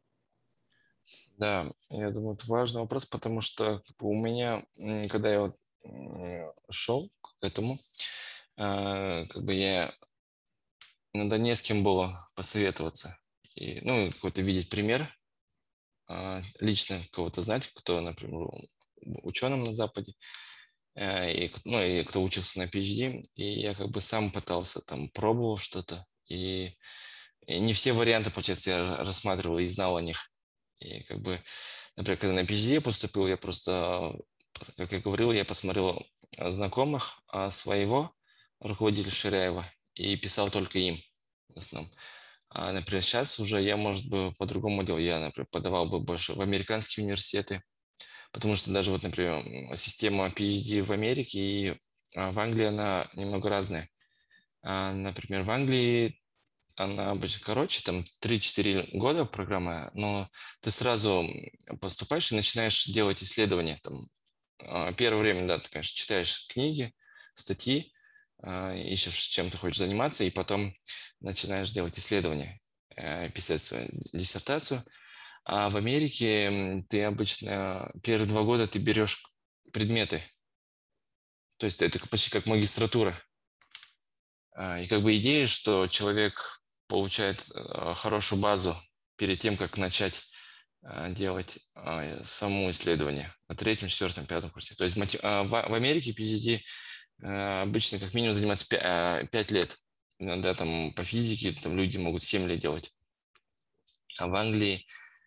Да, я думаю, это важный вопрос, потому что как бы, у меня, когда я вот шел к этому, как бы я иногда не с кем было посоветоваться. И, ну, какой-то видеть пример, лично кого-то знать, кто, например, ученым на Западе, ну, и кто учился на PhD, и я как бы сам пытался, там, пробовал что-то, и не все варианты, получается, я рассматривал и знал о них. И как бы, например, когда на PhD я поступил, я просто, как я говорил, я посмотрел знакомых своего руководителя Ширяева и писал только им в основном. А, например, сейчас уже я, может быть, по-другому делал. Я, например, подавал бы больше в американские университеты, потому что даже вот, например, система PhD в Америке и в Англии, она немного разная. Например, в Англии она обычно короче, там 3-4 года программа, но ты сразу поступаешь и начинаешь делать исследования. Там, первое время, да, ты, конечно, читаешь книги, статьи, ищешь, чем ты хочешь заниматься, и потом начинаешь делать исследования, писать свою диссертацию. А в Америке ты обычно первые 2 года ты берешь предметы. То есть это почти как магистратура. И как бы идея, что человек получает хорошую базу перед тем, как начать делать само исследование на 3-м, 4-м, 5-м курсе. То есть в Америке PhD обычно как минимум занимается 5 лет. Иногда там по физике там люди могут 7 лет делать. А в Англии,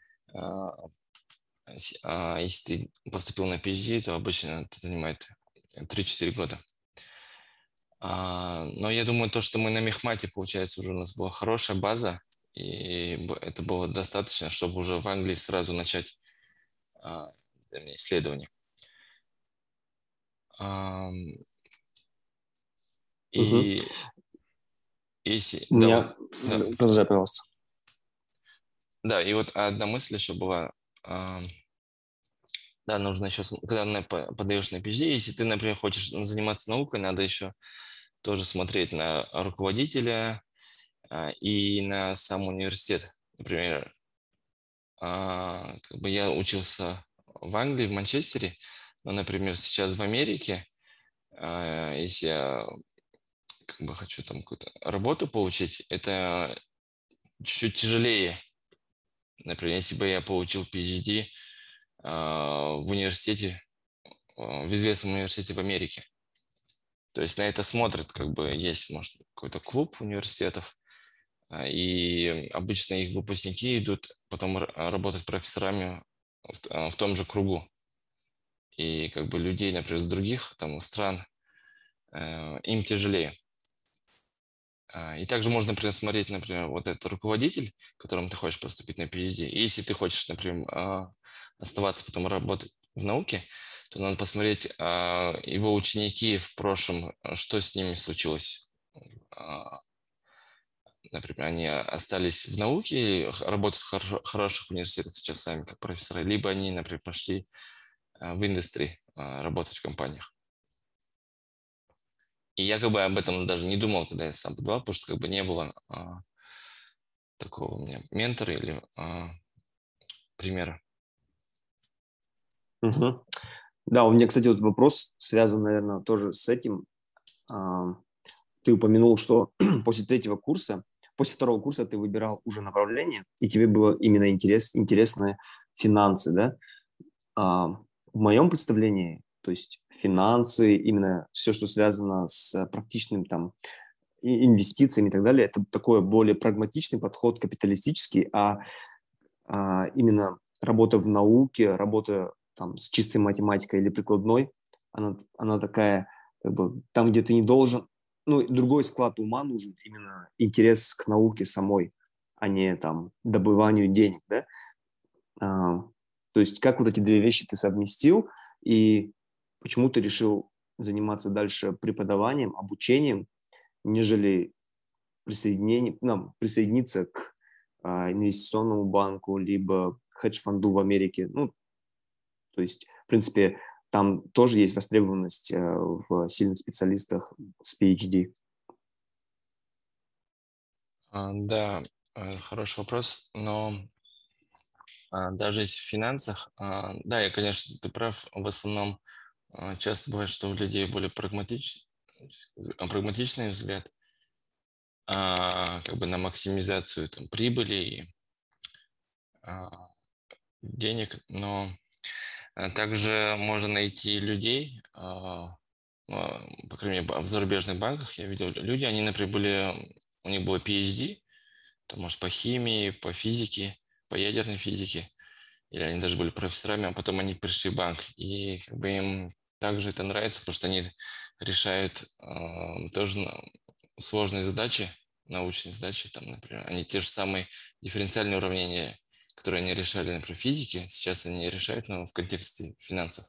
если ты поступил на PhD, то обычно это занимает 3-4 года. Но я думаю, то, что мы на мехмате, получается, уже у нас была хорошая база, и это было достаточно, чтобы уже в Англии сразу начать исследование. И если... У меня... Да. Продолжай, пожалуйста. Да, и вот одна мысль еще была. Да, нужно еще, когда подаешь на PhD, если ты, например, хочешь заниматься наукой, надо еще тоже смотреть на руководителя и на сам университет. Например, как бы я учился в Англии, в Манчестере, но, например, сейчас в Америке, если я как бы хочу там какую-то работу получить, это чуть-чуть тяжелее. Например, если бы я получил PhD в университете, в известном университете в Америке. То есть на это смотрят, как бы есть, может, какой-то клуб университетов, И обычно их выпускники идут потом работать профессорами в том же кругу. И как бы людей, например, с других там стран, им тяжелее. И также можно, например, смотреть, например, вот этот руководитель, к которому ты хочешь поступить на PhD. И если ты хочешь, например, оставаться потом работать в науке, то надо посмотреть его ученики в прошлом, что с ними случилось. Например, они остались в науке, работают в хороших университетах сейчас сами как профессоры, либо они, например, пошли в индустрии работать в компаниях. И я как бы об этом даже не думал, когда я сам подавал, потому что как бы не было такого у меня ментора или примера. Угу. Да, у меня, кстати, вот вопрос связан, наверное, тоже с этим. Ты упомянул, что после второго курса ты выбирал уже направление, и тебе было именно интересны финансы, да? В моем представлении, то есть финансы, именно все, что связано с практичным там инвестициями и так далее, это такой более прагматичный подход, капиталистический, именно работа в науке, работа там с чистой математикой или прикладной, она такая, как бы, там, где ты не должен, другой склад ума нужен, именно интерес к науке самой, а не там добыванию денег, да? То есть как вот эти две вещи ты совместил, и почему ты решил заниматься дальше преподаванием, обучением, нежели присоединиться к инвестиционному банку, либо хедж-фонду в Америке. То есть, в принципе, там тоже есть востребованность в сильных специалистах с PhD. Да, хороший вопрос, но даже если в финансах, да, я, конечно, ты прав, в основном часто бывает, что у людей более прагматичный взгляд как бы на максимизацию там, прибыли и денег, но также можно найти людей, по крайней мере, в зарубежных банках я видел люди, они, например, у них было PhD, там, может, по химии, по физике, по ядерной физике, или они даже были профессорами, а потом они пришли в банк, и как бы им также это нравится, потому что они решают тоже сложные задачи, научные задачи, там, например, они те же самые дифференциальные уравнения, которые они решали, например, в физике, сейчас они решают, но в контексте финансов.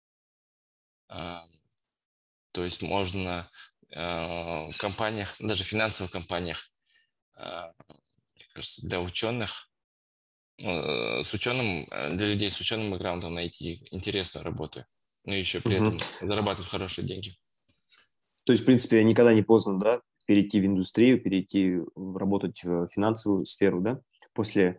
То есть можно в компаниях, даже в финансовых компаниях, мне кажется, для ученых, с ученым, для людей с ученым бэкграундом найти интересную работу, но еще при этом зарабатывать хорошие деньги. То есть, в принципе, никогда не поздно, да, перейти в индустрию, работать в финансовую сферу, да, после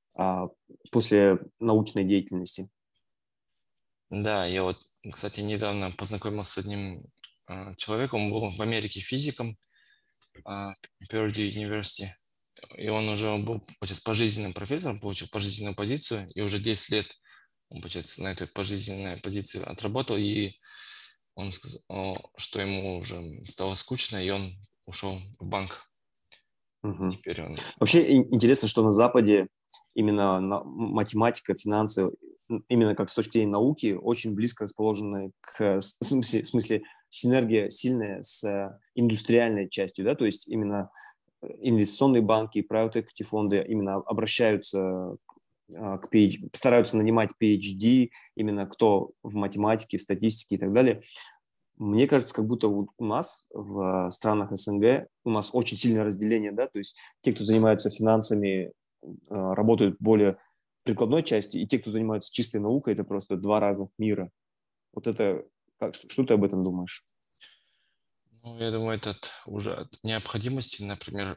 научной деятельности. Да, я вот, кстати, недавно познакомился с одним человеком, он был в Америке физиком, Purdue University, и он уже был, получается, пожизненным профессором, получил пожизненную позицию, и уже 10 лет он, получается, на этой пожизненной позиции отработал, и он сказал, что ему уже стало скучно, и он ушел в банк. Теперь он... Вообще интересно, что на Западе именно математика, финансы, именно как с точки зрения науки, очень близко расположены в смысле, синергия сильная с индустриальной частью, да, то есть именно инвестиционные банки, private equity фонды именно обращаются к PhD, стараются нанимать PhD, именно кто в математике, статистике и так далее. Мне кажется, как будто у нас в странах СНГ у нас очень сильное разделение, да, то есть те, кто занимаются финансами, работают более прикладной части, и те, кто занимаются чистой наукой, это просто два разных мира. Вот это, что ты об этом думаешь? Ну, я думаю, это уже от необходимости, например,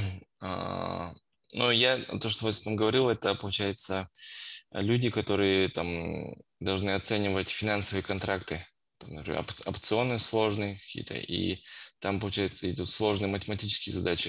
то, что я там говорил, это, получается, люди, которые там должны оценивать финансовые контракты, там, например, опционы сложные какие-то, и там, получается, идут сложные математические задачи.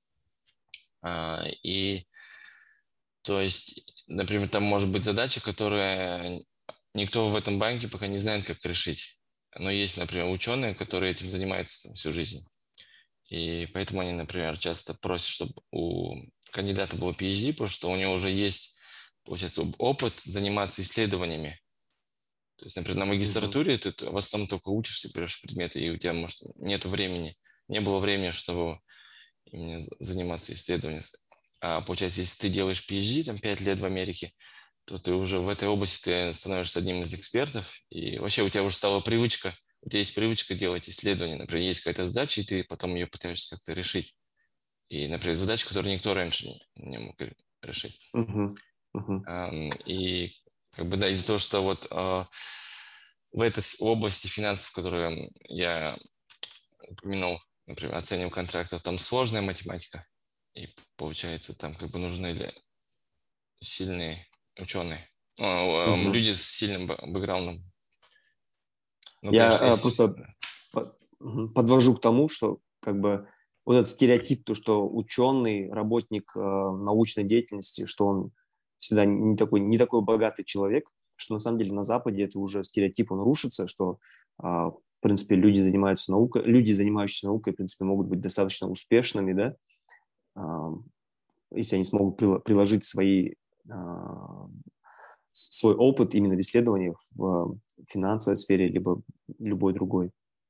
И, то есть, например, там может быть задача, которая никто в этом банке пока не знает, как решить. Но есть, например, ученые, которые этим занимаются там, всю жизнь. И поэтому они, например, часто просят, чтобы у кандидата был PhD, потому что у него уже есть, получается, опыт заниматься исследованиями. То есть, например, на Мгм. магистратуре ты в основном только учишься, берешь предметы, и у тебя, может, нет времени, не было времени, чтобы именно заниматься исследованием. А получается, если ты делаешь PhD, там 5 лет в Америке, то ты уже в этой области ты становишься одним из экспертов, и вообще у тебя уже стала привычка, у тебя есть привычка делать исследования. Например, есть какая-то задача, и ты потом ее пытаешься как-то решить. И, например, задача, которую никто раньше не мог решить. Мгм. Мгм. И как бы, да, из-за того, что вот в этой области финансов, которую я упомянул, например, оцениваем контрактов, там сложная математика, и получается, там как бы нужны сильные ученые, Мгм. люди с сильным бэкграундом. Ну, Я конечно, есть... просто подвожу к тому, что как бы вот этот стереотип, то, что ученый, работник научной деятельности, что он всегда не такой богатый человек, что на самом деле на Западе это уже стереотип, он рушится, что в принципе люди занимаются наукой, люди, занимающиеся наукой, в принципе, могут быть достаточно успешными, да, а, если они смогут приложить а, свой опыт именно в исследованиях в финансовой сфере, либо любой другой.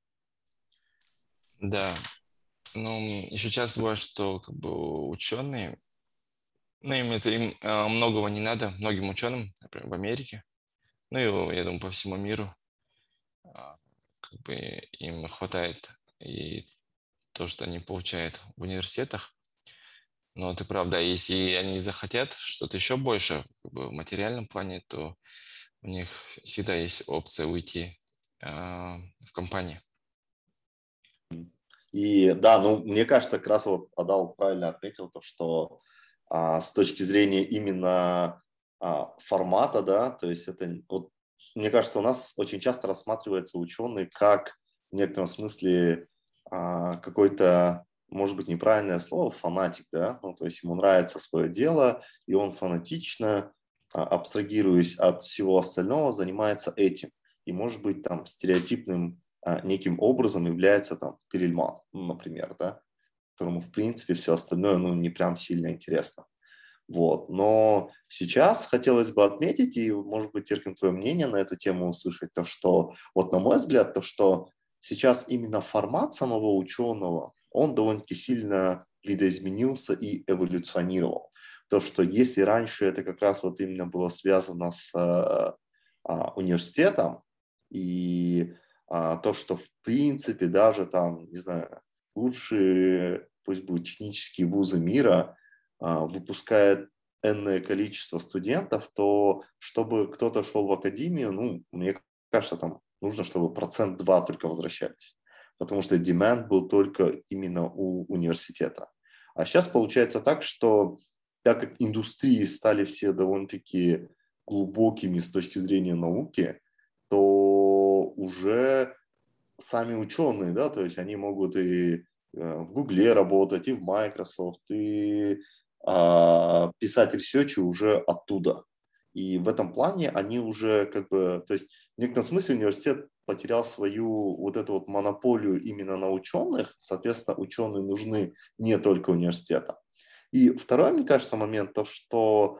Да, ну, еще часто бывает, что как бы ученые, ну, им многого не надо, многим ученым, например, в Америке, ну, и, я думаю, по всему миру, как бы им хватает и то, что они получают в университетах. Но ты прав, да, если они захотят что-то еще больше как бы, в материальном плане, то у них всегда есть опция уйти в компании. И да, ну, мне кажется, как раз вот Адал правильно отметил то, что с точки зрения именно формата, да, то есть это, вот, мне кажется, у нас очень часто рассматривается ученый как в некотором смысле какой-то, может быть, неправильное слово, фанатик, да, ну, то есть ему нравится свое дело, и он фанатично, абстрагируясь от всего остального, занимается этим. И может быть там стереотипным неким образом является там Перельман, ну, например, да, которому, в принципе, все остальное, ну, не прям сильно интересно. Вот. Но сейчас хотелось бы отметить, и, может быть, Иркин, твое мнение на эту тему услышать, то, что, вот на мой взгляд, то, что сейчас именно формат самого ученого, он довольно-таки сильно видоизменился и эволюционировал. То, что если раньше это как раз вот именно было связано с университетом, и то, что в принципе даже там, не знаю, лучшие, пусть будут технические вузы мира, выпускает энное количество студентов, то чтобы кто-то шел в академию, ну, мне кажется, там нужно, чтобы 2% только возвращались, потому что demand был только именно у университета. А сейчас получается так, что так как индустрии стали все довольно-таки глубокими с точки зрения науки, то уже сами ученые, да, то есть они могут и в Гугле работать, и в Microsoft, и писать ресерчи уже оттуда. И в этом плане они уже как бы, то есть в некотором смысле университет потерял свою вот эту вот монополию именно на ученых, соответственно, ученые нужны не только университетам. И второй, мне кажется, момент, то, что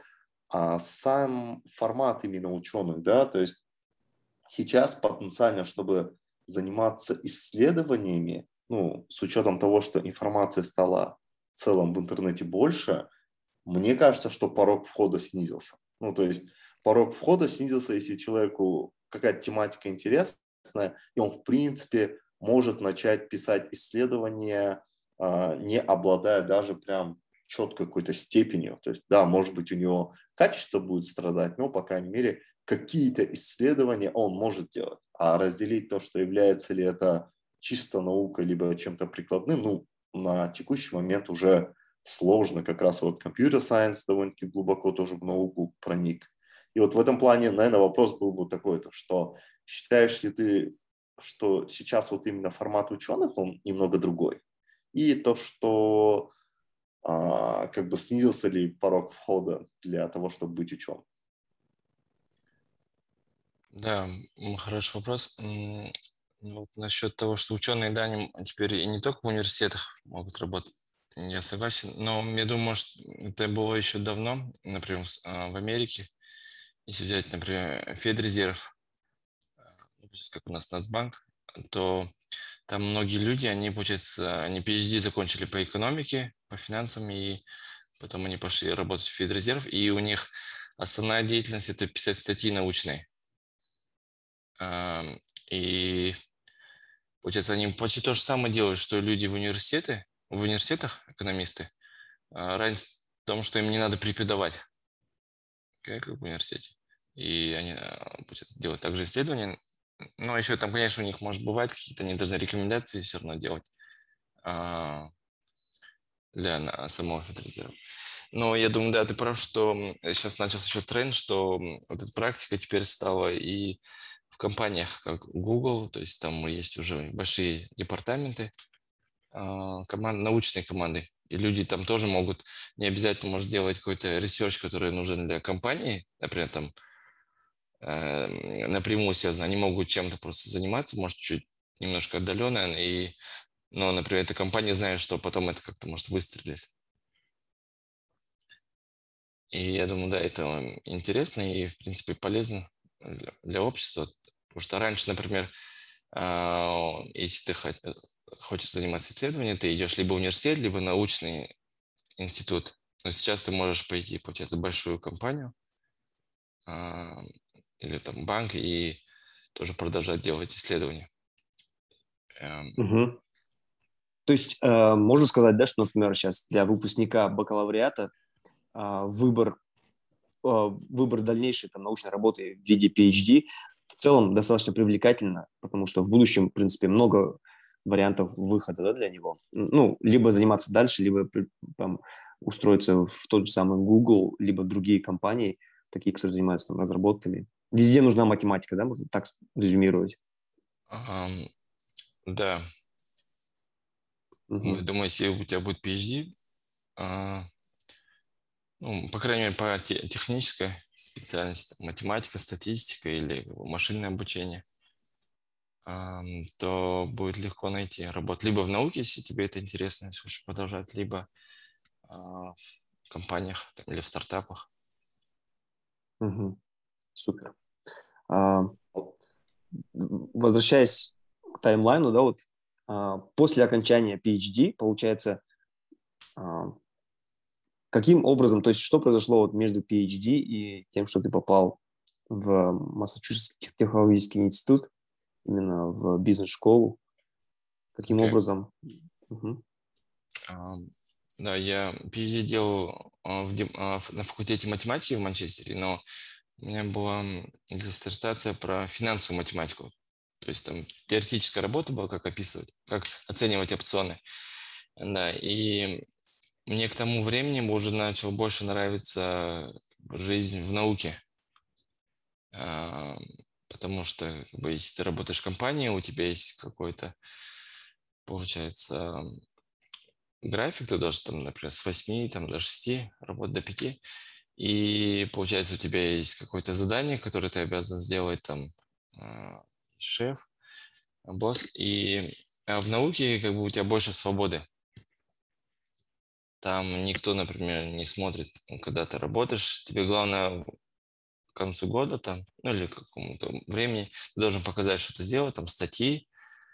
сам формат именно ученых, да, то есть сейчас потенциально, чтобы заниматься исследованиями, ну, с учетом того, что информации стало в целом в интернете больше, мне кажется, что порог входа снизился. Ну, то есть порог входа снизился, если человеку какая-то тематика интересная, и он, в принципе, может начать писать исследования, не обладая даже прям четкой какой-то степенью. То есть, да, может быть, у него качество будет страдать, но, по крайней мере, какие-то исследования он может делать. А разделить то, что является ли это чисто наукой, либо чем-то прикладным, ну, на текущий момент уже сложно. Как раз вот компьютер сайенс довольно-таки глубоко тоже в науку проник. И вот в этом плане, наверное, вопрос был бы такой, то, что считаешь ли ты, что сейчас вот именно формат ученых, он немного другой? И то, что как бы снизился ли порог входа для того, чтобы быть ученым? Да, хороший вопрос. Вот насчет того, что ученые, да, они теперь и не только в университетах могут работать, я согласен, но я думаю, что это было еще давно, например, в Америке, если взять, например, Федрезерв, ну, то есть как у нас Нацбанк, то там многие люди, они, получается, они PhD закончили по экономике, по финансам, и потом они пошли работать в Федрезерв, и у них основная деятельность – это писать статьи научные. И получается, они почти то же самое делают, что и люди в университетах, экономисты. Разница в том, что им не надо преподавать, как в университете. И они, получается, делают также исследования. Но еще там, конечно, у них может бывать какие-то, они должны рекомендации все равно делать для самого федрезерва. Но я думаю, да, ты прав, что сейчас начался еще тренд, что вот эта практика теперь стала и в компаниях, как Google, то есть там есть уже большие департаменты, научные команды, и люди там тоже могут, не обязательно может делать какой-то ресерч, который нужен для компании, например, там напрямую связано, они могут чем-то просто заниматься, может, чуть немножко отдаленно, но, например, эта компания знает, что потом это как-то может выстрелить. И я думаю, да, это интересно и, в принципе, полезно для общества. Потому что раньше, например, если ты хочешь заниматься исследованием, ты идешь либо в университет, либо научный институт. Но сейчас ты можешь пойти, получается, в большую компанию или там банк и тоже продолжать делать исследования. Мгм. То есть можно сказать, да, что, например, сейчас для выпускника бакалавриата выбор дальнейшей там, научной работы в виде PhD в целом достаточно привлекательно, потому что в будущем, в принципе, много вариантов выхода, да, для него. Ну, либо заниматься дальше, либо там, устроиться в тот же самый Google, либо в другие компании, такие, которые занимаются там, разработками. Везде нужна математика, да, можно так резюмировать. Да. Мгм. Я думаю, если у тебя будет PhD, ну, по крайней мере, по технической специальности, математика, статистика или машинное обучение, то будет легко найти работу. Либо в науке, если тебе это интересно, если хочешь продолжать, либо в компаниях там, или в стартапах. Мгм. Супер. А, Возвращаясь к таймлайну, да, вот после окончания PhD, получается, а, каким образом, то есть что произошло вот между PhD и тем, что ты попал в Массачусетский технологический институт, именно в бизнес-школу? Каким Okay. образом? Мгм. Да, я PhD делал на факультете математики в Манчестере, но у меня была диссертация про финансовую математику. То есть там теоретическая работа была, как описывать, как оценивать опционы. Да, и мне к тому времени уже начал больше нравиться жизнь в науке. Потому что как бы, если ты работаешь в компании, у тебя есть какой-то, получается, график, ты должен, там, например, с 8 там, до 6 работать до 5. И получается, у тебя есть какое-то задание, которое ты обязан сделать, там, шеф, босс. И в науке как бы у тебя больше свободы. Там никто, например, не смотрит, когда ты работаешь. Тебе главное к концу года, там, ну или к какому-то времени, ты должен показать, что ты сделал, там, статьи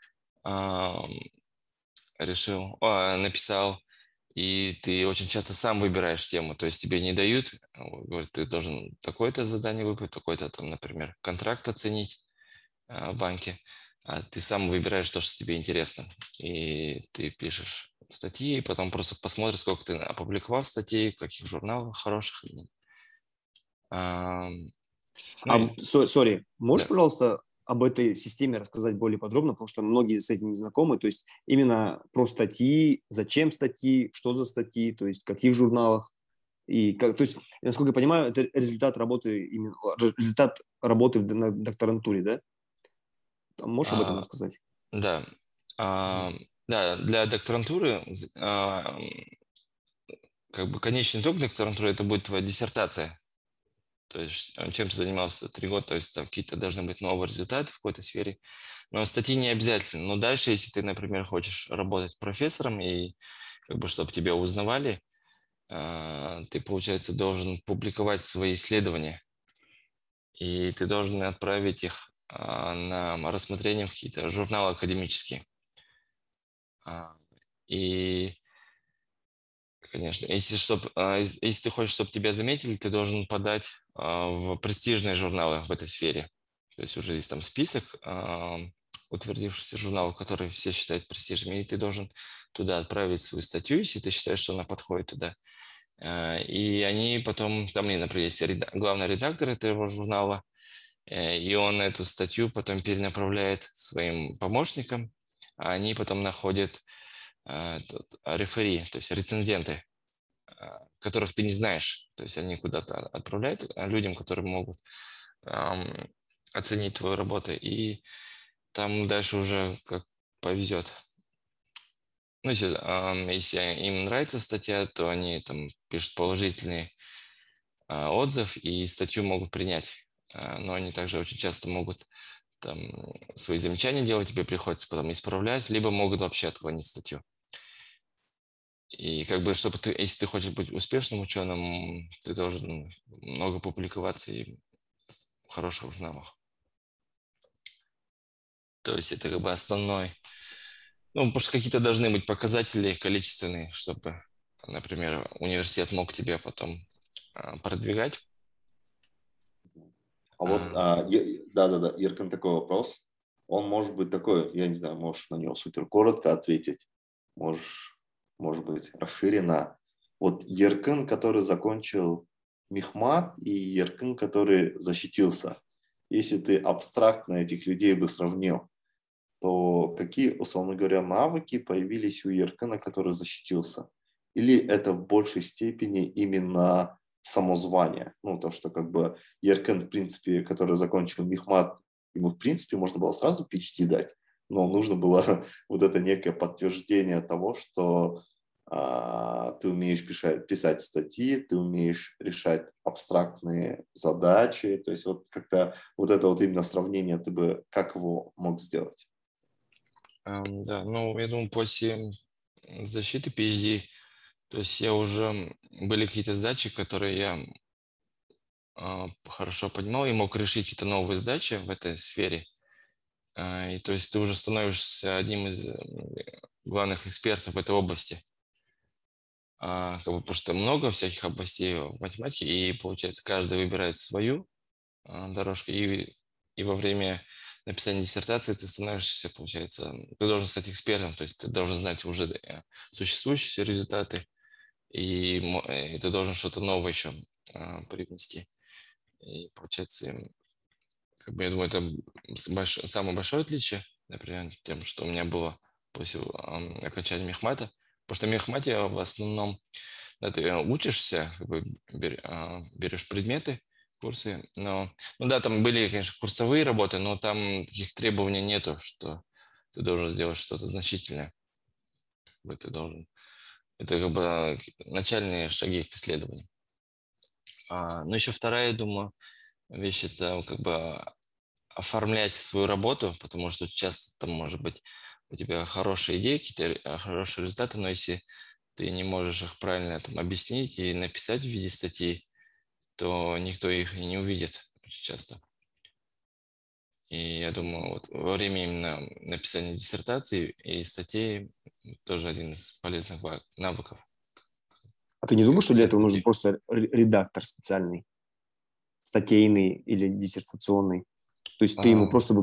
написал, и ты очень часто сам выбираешь тему, то есть тебе не дают, говорят, ты должен такое-то задание выполнить, такой-то там, например, контракт оценить в банке, а ты сам выбираешь то, что тебе интересно, и ты пишешь статьи, и потом просто посмотришь, сколько ты опубликовал статей, в каких журналах хороших. Ну, Сори, можешь, да. пожалуйста, об этой системе рассказать более подробно, потому что многие с этим не знакомы, то есть именно про статьи, зачем статьи, что за статьи, то есть в каких журналах, и как, то есть, насколько я понимаю, это результат работы на докторантуре, да? Можешь об этом А, рассказать? да. Мгм. Да, для докторантуры как бы конечный итог докторантуры это будет твоя диссертация. то есть чем ты занимался 3 года, то есть там какие-то должны быть новые результаты в какой-то сфере. Но статьи не обязательно. Но дальше, если ты, например, хочешь работать профессором и как бы чтобы тебя узнавали, ты, получается, должен публиковать свои исследования. И ты должен отправить их на рассмотрение в какие-то журналы академические. И, конечно, если ты хочешь, чтобы тебя заметили, ты должен подать в престижные журналы в этой сфере. То есть уже есть там список утвердившихся журналов, которые все считают престижными, и ты должен туда отправить свою статью, если ты считаешь, что она подходит туда. И они потом, там, например, есть главный редактор этого журнала, и он эту статью потом перенаправляет своим помощникам, а они потом находят рефери, то есть рецензенты, которых ты не знаешь. То есть они куда-то отправляют людям, которые могут оценить твою работу, и там дальше уже как повезет. Ну, если им нравится статья, то они там пишут положительный отзыв и статью могут принять. Но они также очень часто могут там свои замечания делать, тебе приходится потом исправлять, либо могут вообще отклонить статью. И как бы, чтобы ты, если ты хочешь быть успешным ученым, ты должен много публиковаться в хороших журналах. То есть это как бы основной. Ну, потому что какие-то должны быть показатели количественные, чтобы, например, университет мог тебя потом продвигать. А вот, да, Иркан, такой вопрос. Он может быть такой, я не знаю, можешь на него супер коротко ответить, может быть, расширенно. Вот Еркын, который закончил Мехмат, и Еркын, который защитился. Если ты абстрактно этих людей бы сравнил, то какие, условно говоря, навыки появились у Еркына, который защитился? Или это в большей степени именно само звание? Ну, то, что как бы Еркын, в принципе, который закончил Мехмат, ему, в принципе, можно было сразу PhD дать, но нужно было вот это некое подтверждение того, что ты умеешь писать статьи, ты умеешь решать абстрактные задачи, то есть вот как-то вот это вот именно сравнение ты бы как его мог сделать? Да, ну, я думаю, после защиты PhD, то есть были какие-то задачи, которые я хорошо понимал и мог решить какие-то новые задачи в этой сфере. И то есть ты уже становишься одним из главных экспертов в этой области. Потому что много всяких областей в математике, и получается, каждый выбирает свою дорожку, и во время написания диссертации ты становишься, получается, ты должен стать экспертом, то есть ты должен знать уже существующие результаты, и ты должен что-то новое еще привнести. И получается, как бы, я думаю, это самое большое отличие, например, тем, что у меня было после окончания мехмата. Потому что в мехмате в основном, да, ты учишься, как бы берешь предметы, курсы, но, ну да, там были, конечно, курсовые работы, но там таких требований нету, что ты должен сделать что-то значительное. Ты должен. Это как бы начальные шаги к исследованию. Но еще вторая, я думаю, вещь — это как бы оформлять свою работу, потому что часто там может быть у тебя хорошие идеи, какие-то хорошие результаты, но если ты не можешь их правильно там объяснить и написать в виде статьи, то никто их и не увидит очень часто. И я думаю, вот во время именно написания диссертации и статей тоже один из полезных навыков. А ты не думаешь, что для этого нужен просто редактор специальный, статейный или диссертационный? То есть ты ему просто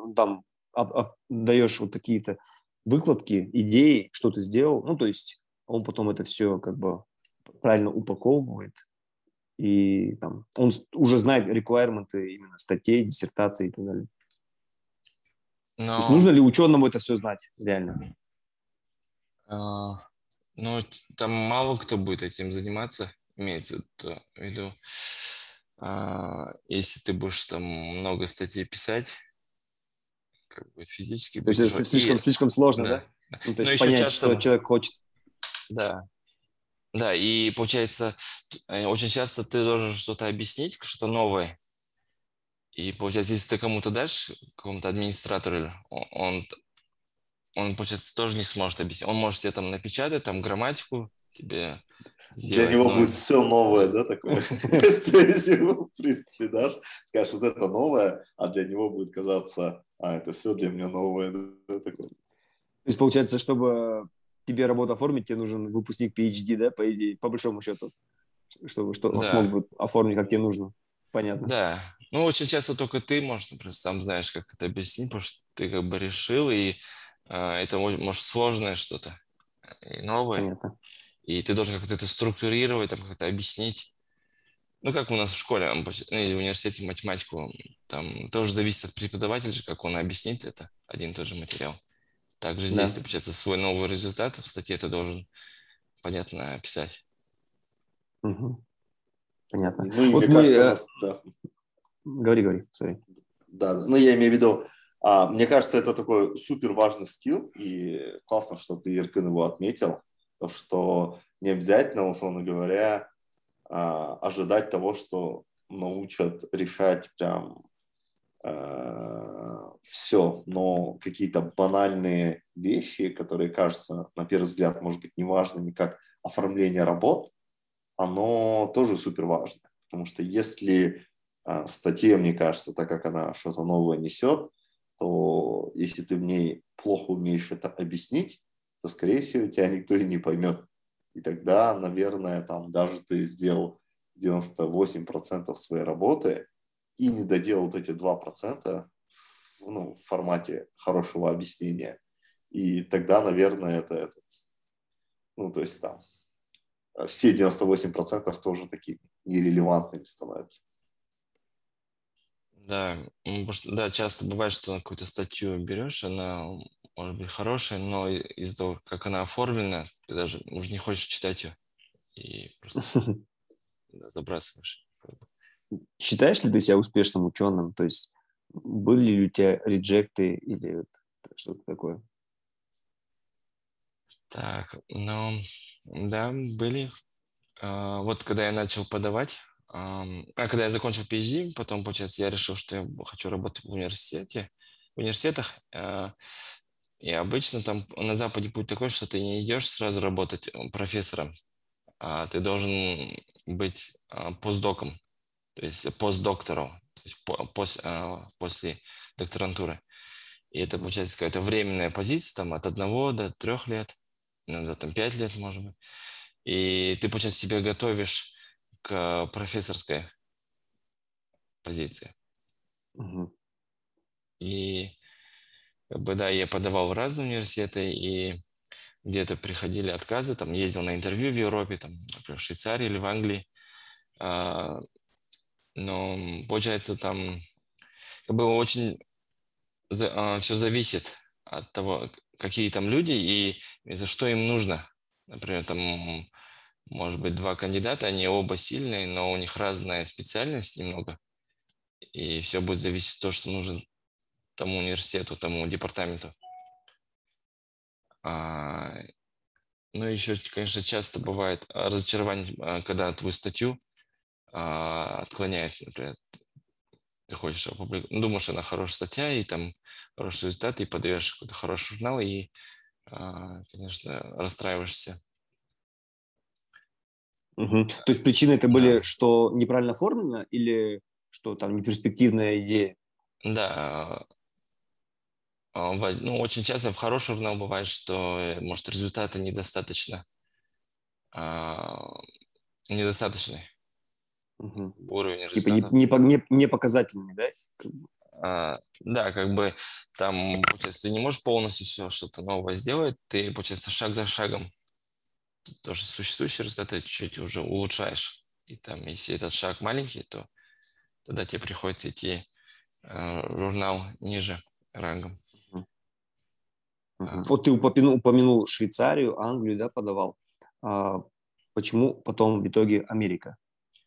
даешь вот какие-то выкладки, идеи, что ты сделал, ну, то есть он потом это все как бы правильно упаковывает, и там он уже знает реквайрменты именно статей, диссертаций и так далее. То есть нужно ли ученому это все знать реально? Ну, там мало кто будет этим заниматься, имеется в виду. Если ты будешь там много статей писать, как бы физически будет тяжело. Слишком сложно, да? Ну, то есть понять, что человек хочет. Да. Да, и получается, очень часто ты должен что-то объяснить, что-то новое. И получается, если ты кому-то дашь, какому-то администратору, он, получается, тоже не сможет объяснить. Он может тебе там напечатать, там грамматику тебе Для сделать, него но будет все новое, да. да, такое? То есть ему, в принципе, дашь, скажешь, вот это новое, а для него будет казаться, это все для меня новое, да, такое. То есть, получается, чтобы тебе работу оформить, тебе нужен выпускник PhD, да, по идее, по большому счету, чтобы что он смог Да, бы оформить, как тебе нужно. Понятно. да. Ну, очень часто только ты, может, например, сам знаешь, как это объяснить, потому что ты как бы решил, и это может сложное что-то, и новое, Понятно. и ты должен как-то это структурировать, там как-то объяснить. Ну, как у нас в школе, ну, или в университете математику, там тоже зависит от преподавателя, же, как он объяснит это, один и тот же материал. Также здесь Да. ты, получается, свой новый результат в статье ты должен понятно описать. Мгм. Понятно. Ну, и Вот мне мы... кажется, нас, да. Говори, sorry. Да, ну я имею в виду, мне кажется, это такой супер важный скилл, и классно, что ты, Иркин, его отметил, то, что не обязательно, условно говоря, ожидать того, что научат решать прям все, но какие-то банальные вещи, которые кажутся, на первый взгляд, может быть, неважными, как оформление работ, оно тоже супер важно. Потому что если в статье, мне кажется, так как она что-то новое несет, то если ты в ней плохо умеешь это объяснить, то, скорее всего, тебя никто и не поймет. И тогда, наверное, там даже ты сделал 98% своей работы и не доделал вот эти 2% в формате хорошего объяснения. И тогда, наверное, то есть там все 98% тоже такими нерелевантными становятся. Да, потому что, да, часто бывает, что на какую-то статью берешь, она может быть хорошая, но из-за того, как она оформлена, ты даже уже не хочешь читать ее и просто да, забрасываешь. Считаешь ли ты себя успешным ученым? То есть были ли у тебя реджекты или что-то такое? Так, ну, да, были. Вот когда я начал подавать, когда я закончил PhD, потом, получается, я решил, что я хочу работать в университетах. И обычно там на Западе путь такой, что ты не идешь сразу работать профессором, а ты должен быть постдоком, то есть постдоктором, то есть после докторантуры. И это, получается, какая-то временная позиция, там, от 1 до 3 лет, иногда там 5 лет, может быть. И ты, получается, себя готовишь к профессорской позиции. Мгм. И, как бы, да, я подавал в разные университеты, и где-то приходили отказы, там, ездил на интервью в Европе, там, например, в Швейцарии или в Англии. А, Но, получается, там, как бы, очень все зависит от того, какие там люди и за что им нужно. Например, там может быть два кандидата, они оба сильные, но у них разная специальность немного, и все будет зависеть от того, что нужно тому университету, тому департаменту. А, Ну, еще, конечно, часто бывает разочарование, когда твою статью отклоняют, например, ты хочешь думаешь, она хорошая статья, и там хороший результат, и подаешь какой-то хороший журнал, и, конечно, расстраиваешься. Мгм. То есть причины это были, Да, что неправильно оформлено или что там неперспективная идея? да. Ну, очень часто в хороший журнал бывает, что, может, результаты а, недостаточный Мгм. уровень Типа результатов. не показательный, да? Да, как бы там, получается, ты не можешь полностью все что-то новое сделать, ты, получается, шаг за шагом тоже существующие результаты чуть-чуть уже улучшаешь. И там, если этот шаг маленький, то тогда тебе приходится идти журнал ниже рангом. Мгм. А, Мгм. Вот ты упомянул Швейцарию, Англию, да, подавал. А почему потом в итоге Америка?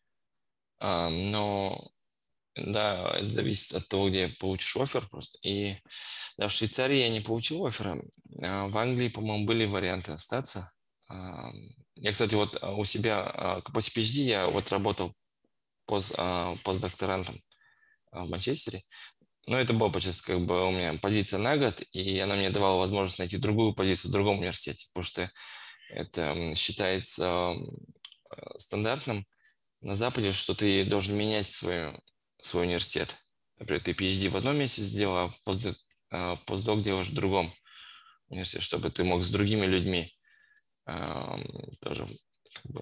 Но да, это зависит от того, где получишь оффер просто. И да, в Швейцарии я не получил оффера. В Англии, по-моему, были варианты остаться. Я, кстати, вот у себя после PhD я вот работал постдокторантом в Манчестере. Но это была, получается, как бы у меня позиция на год, и она мне давала возможность найти другую позицию в другом университете, потому что это считается стандартным на Западе, что ты должен менять свой университет. Например, ты PhD в одном месте сделал, а постдок делаешь в другом университете, чтобы ты мог с другими людьми тоже как бы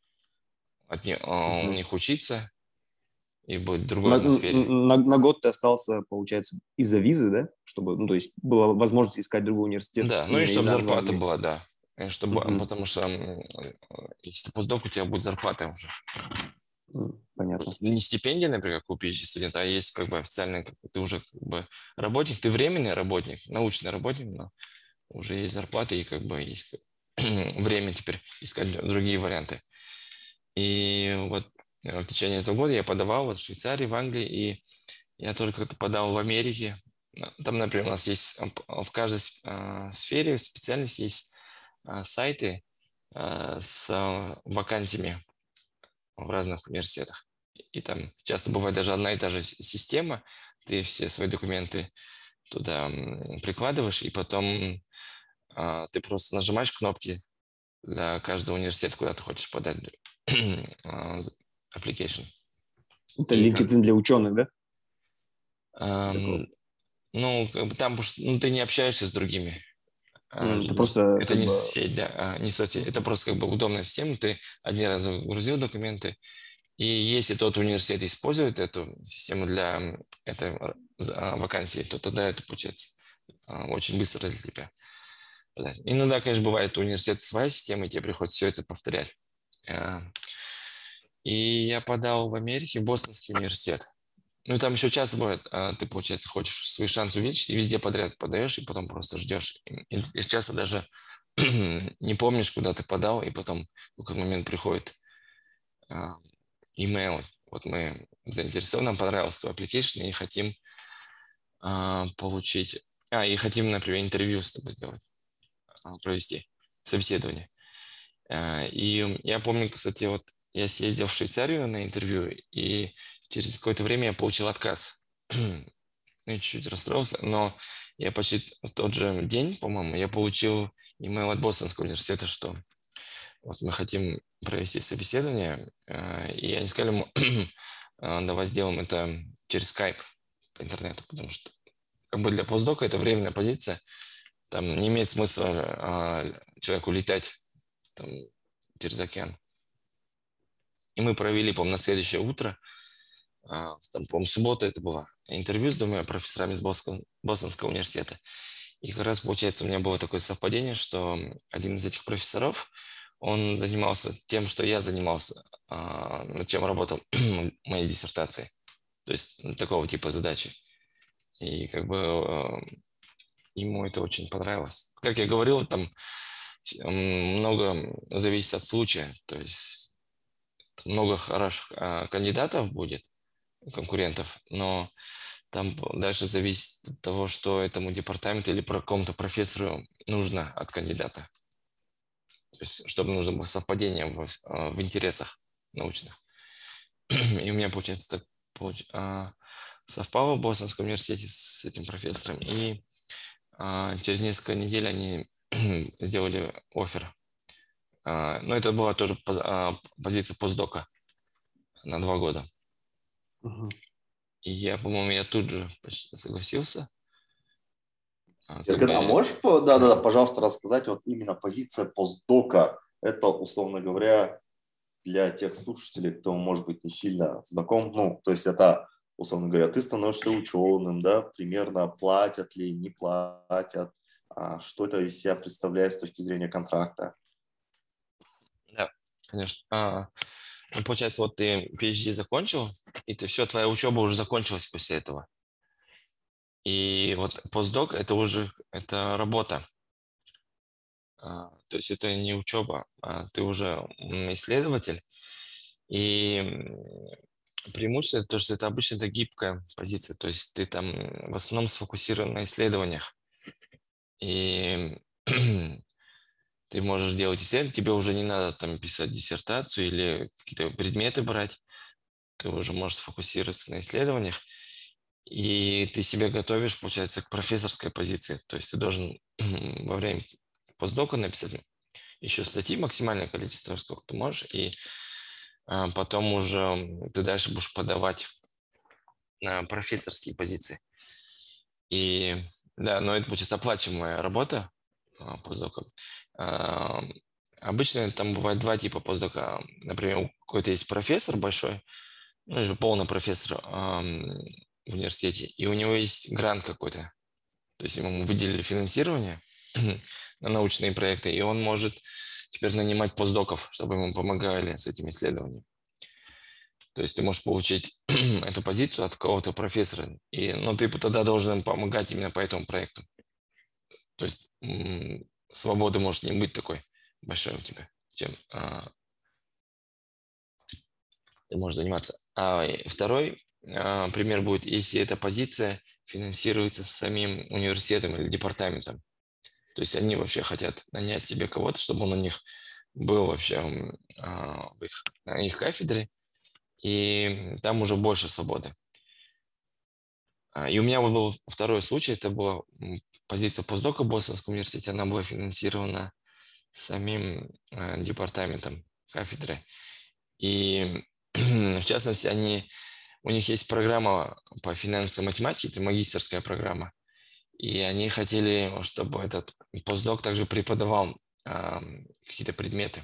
у Мгм. них учиться и быть в другой На, атмосфере. на год ты остался, получается, из-за визы, да? Чтобы, ну, то есть была возможность искать другой университет Да, ну и именно чтобы из зарплата Англии. была, да. Чтобы, Мгм. потому что если ты постдок, у тебя будет зарплата уже. Понятно. Не стипендия, например, как у PhD-студента, а есть как бы официальный, ты уже как бы работник, ты временный работник, научный работник, но уже есть зарплата и как бы есть время теперь искать другие варианты. И вот в течение этого года я подавал вот в Швейцарии, в Англии, и я тоже как-то подал в Америке. Там, например, у нас есть в каждой сфере специальности есть сайты с вакансиями в разных университетах. И там часто бывает даже одна и та же система. Ты все свои документы туда прикладываешь, и потом ты просто нажимаешь кнопки для каждого университета, куда ты хочешь подать application. Это И как, LinkedIn для ученых, да? Такого. эм, ну, как бы там ну, ты не общаешься с другими Это людьми. просто Это как не бы... сеть, да, не соцсеть. Это Мгм. просто как бы удобная система. Ты один раз загрузил документы, и если тот университет использует эту систему для этой вакансии, то тогда это получается очень быстро для тебя. подать. Иногда, конечно, бывает у университета своя система, и тебе приходится все это повторять. А, И я подал в Америке в Бостонский университет. Ну и там еще часто бывает, ты, получается, хочешь свой шанс увеличить, и везде подряд подаешь, и потом просто ждешь. И часто даже не помнишь, куда ты подал, и потом в какой момент приходит а, имейл. Вот мы заинтересованы, нам понравился твой application, и хотим получить... и хотим, например, интервью с тобой сделать, провести, собеседование. И я помню, кстати, вот я съездил в Швейцарию на интервью, и через какое-то время я получил отказ. Ну, я чуть-чуть расстроился, но я почти в тот же день, по-моему, я получил имейл от Бостонского университета, что вот мы хотим провести собеседование, и они сказали, давай сделаем это через Skype по интернету, потому что как бы для постдока это временная позиция, там не имеет смысла человеку летать там, через океан. И мы провели, по-моему, на следующее утро, там, по-моему, суббота это было, интервью с двумя профессорами из Бостонского университета. И как раз, получается, у меня было такое совпадение, что один из этих профессоров, он занимался тем, что я занимался, над чем работал в моей диссертации. То есть такого типа задачи. И как бы ему это очень понравилось. Как я говорил, там много зависит от случая. То есть много хороших кандидатов будет, конкурентов, но там дальше зависит от того, что этому департаменту или про какому-то профессору нужно от кандидата. То есть, чтобы нужно было совпадение в интересах научных. И у меня, получается, так совпало в Бостонском университете с этим профессором. И через несколько недель они сделали оффер. Но это была тоже позиция постдока на 2 года. Мгм. И я, по-моему, я тут же почти согласился. Как Иргэн, а бы, можешь, да-да-да, пожалуйста, рассказать вот именно позиция постдока? Это, условно говоря, для тех слушателей, кто, может быть, не сильно знаком, ну, то есть это, условно говоря, ты становишься ученым, да, примерно платят ли, не платят, что это из себя представляет с точки зрения контракта? да, конечно. Ну, получается, вот ты PhD закончил, и ты все, твоя учеба уже закончилась после этого. И вот постдок это уже это работа. То есть это не учеба, ты уже исследователь. И преимущество то, что это обычно это гибкая позиция, то есть ты там в основном сфокусирован на исследованиях. И ты можешь делать исследования, тебе уже не надо там писать диссертацию или какие-то предметы брать, ты уже можешь сфокусироваться на исследованиях, и ты себя готовишь, получается, к профессорской позиции. То есть ты должен во время постдока написать еще статьи, максимальное количество, сколько ты можешь, и потом уже ты дальше будешь подавать на профессорские позиции. И да, но это получается оплачиваемая работа постдоком. А, Обычно там бывает два типа постдока. Например, у какой-то есть профессор большой, ну, уже полный профессор в университете, и у него есть грант какой-то. То есть ему выделили финансирование на научные проекты, и он может теперь нанимать постдоков, чтобы ему помогали с этим исследованием. То есть ты можешь получить эту позицию от какого-то профессора, но ты тогда должен им помогать именно по этому проекту. То есть свободы может не быть такой большой у тебя, чем ты можешь заниматься. И второй пример будет, если эта позиция финансируется самим университетом или департаментом. То есть они вообще хотят нанять себе кого-то, чтобы он у них был вообще на их кафедре, и там уже больше свободы. И у меня вот был второй случай, это была позиция постдока в Бостонском университете, она была финансирована самим департаментом кафедры. И в частности, у них есть программа по финансовой математике, это магистерская программа, и они хотели, чтобы этот постдок также преподавал какие-то предметы.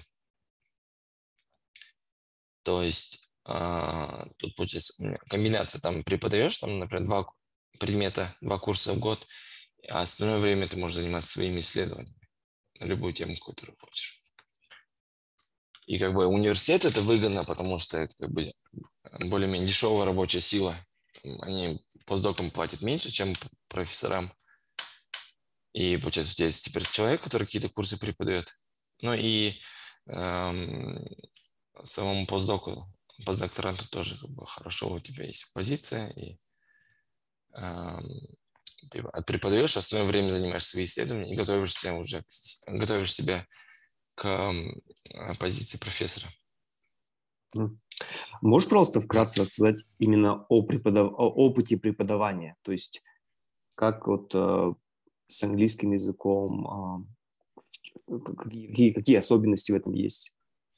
То есть тут получается комбинация, там преподаешь, там, например, 2 предмета, 2 курса в год, а остальное время ты можешь заниматься своими исследованиями на любую тему, какую ты хочешь. И как бы университету это выгодно, потому что это как бы более-менее дешевая рабочая сила. Они постдокам платят меньше, чем профессорам. И получается, у тебя есть теперь человек, который какие-то курсы преподает. Ну и самому постдокторанту тоже как бы хорошо, у тебя есть позиция, и ты преподаешь, остальное время занимаешься своими исследованиями и готовишь себя к позиции профессора. Можешь просто вкратце рассказать именно о опыте преподавания? То есть как вот с английским языком, какие особенности в этом есть?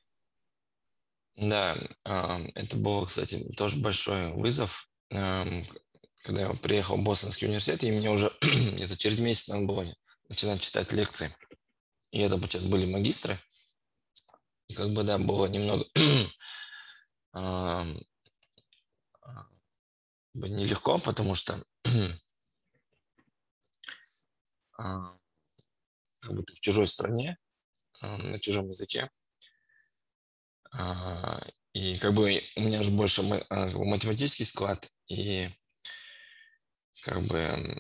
Да, это был, кстати, тоже большой вызов, когда я приехал в Бостонский университет, и мне уже где-то через месяц надо было начинать читать лекции. И это сейчас были магистры. И как бы, да, было немного нелегко, потому что как бы ты в чужой стране, на чужом языке. И как бы у меня же больше математический склад, и как бы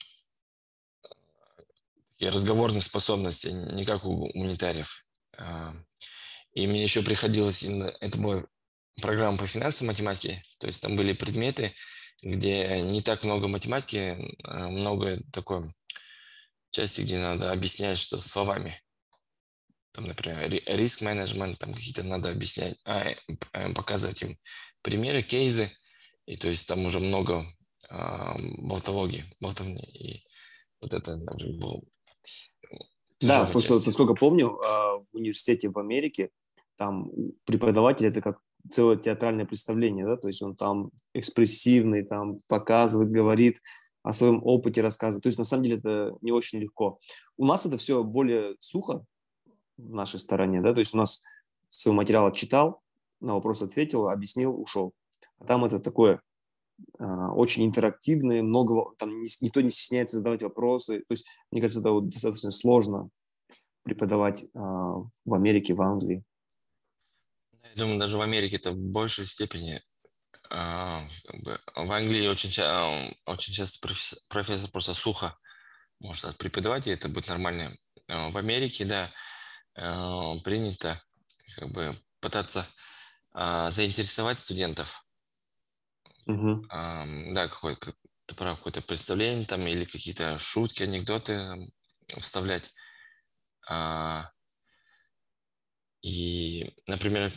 и разговорных способностей, не как у гуманитариев. И мне еще приходилось, это была программа по финансовой математике, то есть там были предметы, где не так много математики, много такой части, где надо объяснять, что словами. Там, например, риск-менеджмент, там какие-то надо объяснять, показывать им примеры, кейсы, и то есть там уже много болтовни, и вот это также было Да, тяжелая просто, часть. насколько помню, в университете в Америке там преподаватель это как целое театральное представление, да, то есть он там экспрессивный, там показывает, говорит о своем опыте, рассказывает. То есть на самом деле это не очень легко. У нас это все более сухо в нашей стороне, да, то есть у нас свой материал отчитал, на вопрос ответил, объяснил, ушел. А там это такое очень интерактивные, много, там никто не стесняется задавать вопросы. То есть, мне кажется, это вот достаточно сложно преподавать в Америке, в Англии. Я думаю, даже в Америке это в большей степени. Как бы в Англии очень часто профессор просто сухо может преподавать, и это будет нормально. В Америке, да, принято как бы пытаться заинтересовать студентов. Угу. Да, какое-то представление там или какие-то шутки, анекдоты вставлять. И, например,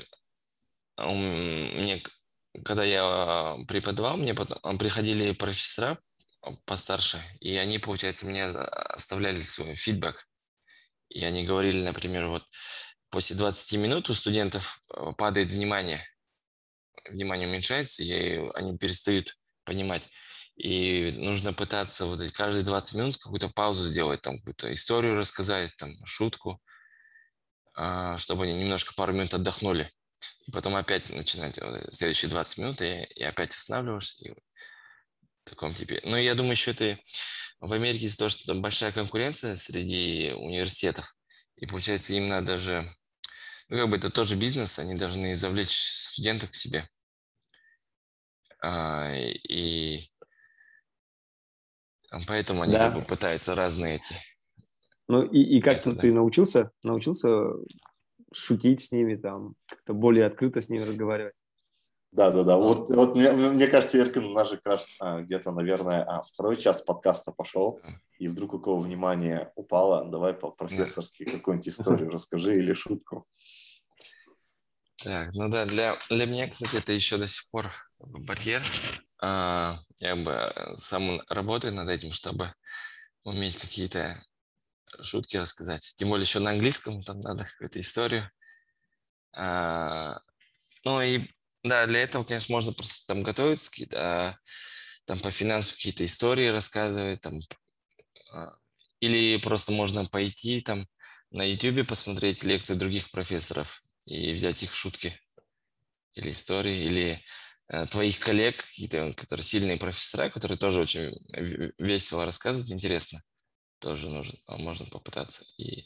мне, когда я преподавал, мне потом приходили профессора постарше, и они, получается, мне оставляли свой фидбэк. И они говорили, например, вот после 20 минут у студентов падает внимание уменьшается, и они перестают понимать. И нужно пытаться вот каждые 20 минут какую-то паузу сделать, там какую-то историю рассказать, там шутку, чтобы они немножко пару минут отдохнули. И потом опять начинать следующие 20 минут, и опять останавливаешься. И в таком типе. Но я думаю, еще это в Америке из-за того, что там большая конкуренция среди университетов. И получается, им надо же, ну как бы это тоже бизнес, они должны завлечь студентов к себе. И поэтому они как бы Да. пытаются разные эти Ну и как методы. ты научился шутить с ними, там, как-то более открыто с ними разговаривать? Да. Вот мне кажется, Иркин, у нас же как раз где-то, наверное, второй час подкаста пошел, и вдруг у кого внимание упало, давай по-профессорски какую-нибудь историю расскажи или шутку. Так, ну да, для меня, кстати, это еще до сих пор барьер. Я бы сам работаю над этим, чтобы уметь какие-то шутки рассказать. Тем более еще на английском, там надо какую-то историю. Ну и да, для этого, конечно, можно просто там готовиться, какие-то там по финансам какие-то истории рассказывать, там, или просто можно пойти там на YouTube посмотреть лекции других профессоров и взять их шутки или истории, или твоих коллег, какие-то, которые сильные профессора, которые тоже очень весело рассказывают, интересно, тоже можно попытаться.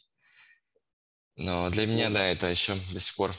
Но для меня, да, это еще до сих пор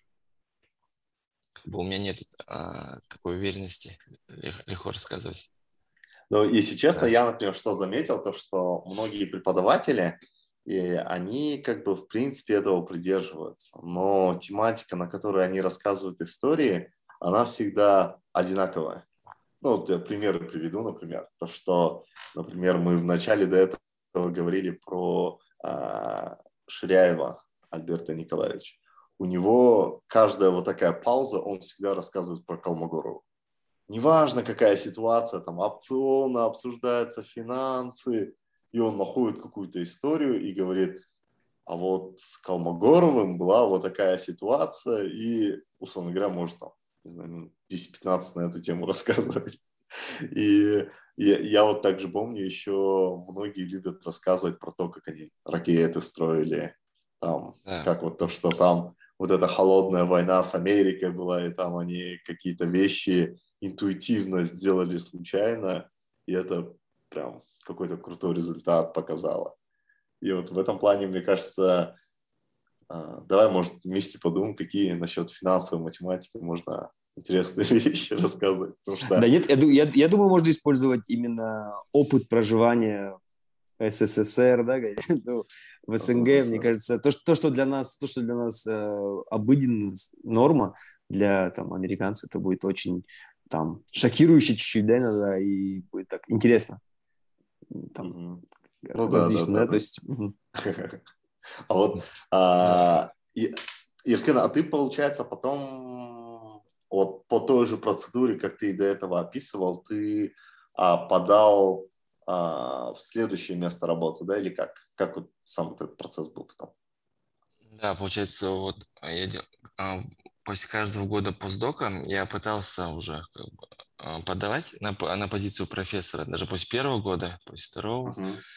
у меня нет такой уверенности легко рассказывать. Ну, если честно, Да. я, например, что заметил, то что многие преподаватели, и они как бы в принципе этого придерживаются, но тематика, на которой они рассказывают истории, она всегда одинаковая. Ну, вот я примеры приведу, например, то, что, например, мы вначале до этого говорили про Ширяева Альберта Николаевича. У него каждая вот такая пауза, он всегда рассказывает про Колмогорова. Неважно, какая ситуация, там опционы, обсуждаются финансы, и он находит какую-то историю и говорит, а вот с Колмогоровым была вот такая ситуация, и, условно говоря, может там, не знаю, 10-15 на эту тему рассказывать. И я вот также помню, еще многие любят рассказывать про то, как они ракеты строили, там, Да. как вот то, что там вот эта холодная война с Америкой была, и там они какие-то вещи интуитивно сделали случайно, и это прям какой-то крутой результат показало. И вот в этом плане, мне кажется, давай, может, вместе подумаем, какие насчет финансовой математики можно интересные вещи рассказывать. Потому что... Да нет, я думаю, можно использовать именно опыт проживания в СССР, да, ну, в СНГ, мне кажется, то, что для нас обыденная норма, для там, американцев это будет очень там шокирующе чуть-чуть, да, иногда, и будет так интересно. Там, Ну различно, да, то есть... А вот, Иркина, а ты, получается, потом вот по той же процедуре, как ты и до этого описывал, ты подал в следующее место работы, да, или как? Как вот сам этот процесс был потом? Да, получается, вот после каждого года постдока я пытался уже как бы, подавать на позицию профессора, даже после первого года, после второго.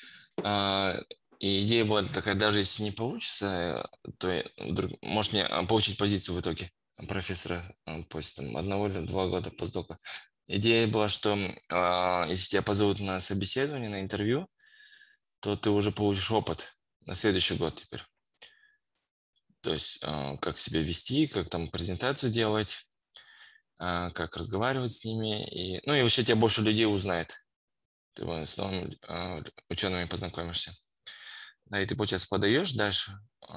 И идея была такая, даже если не получится, то может мне получить позицию в итоге профессора после там, 1 или 2 года постдока. Идея была, что если тебя позовут на собеседование, на интервью, то ты уже получишь опыт на следующий год теперь. То есть как себя вести, как там презентацию делать, как разговаривать с ними. Ну и вообще тебя больше людей узнает. Ты с новыми учеными познакомишься. Да, и ты, получается, подаешь дальше.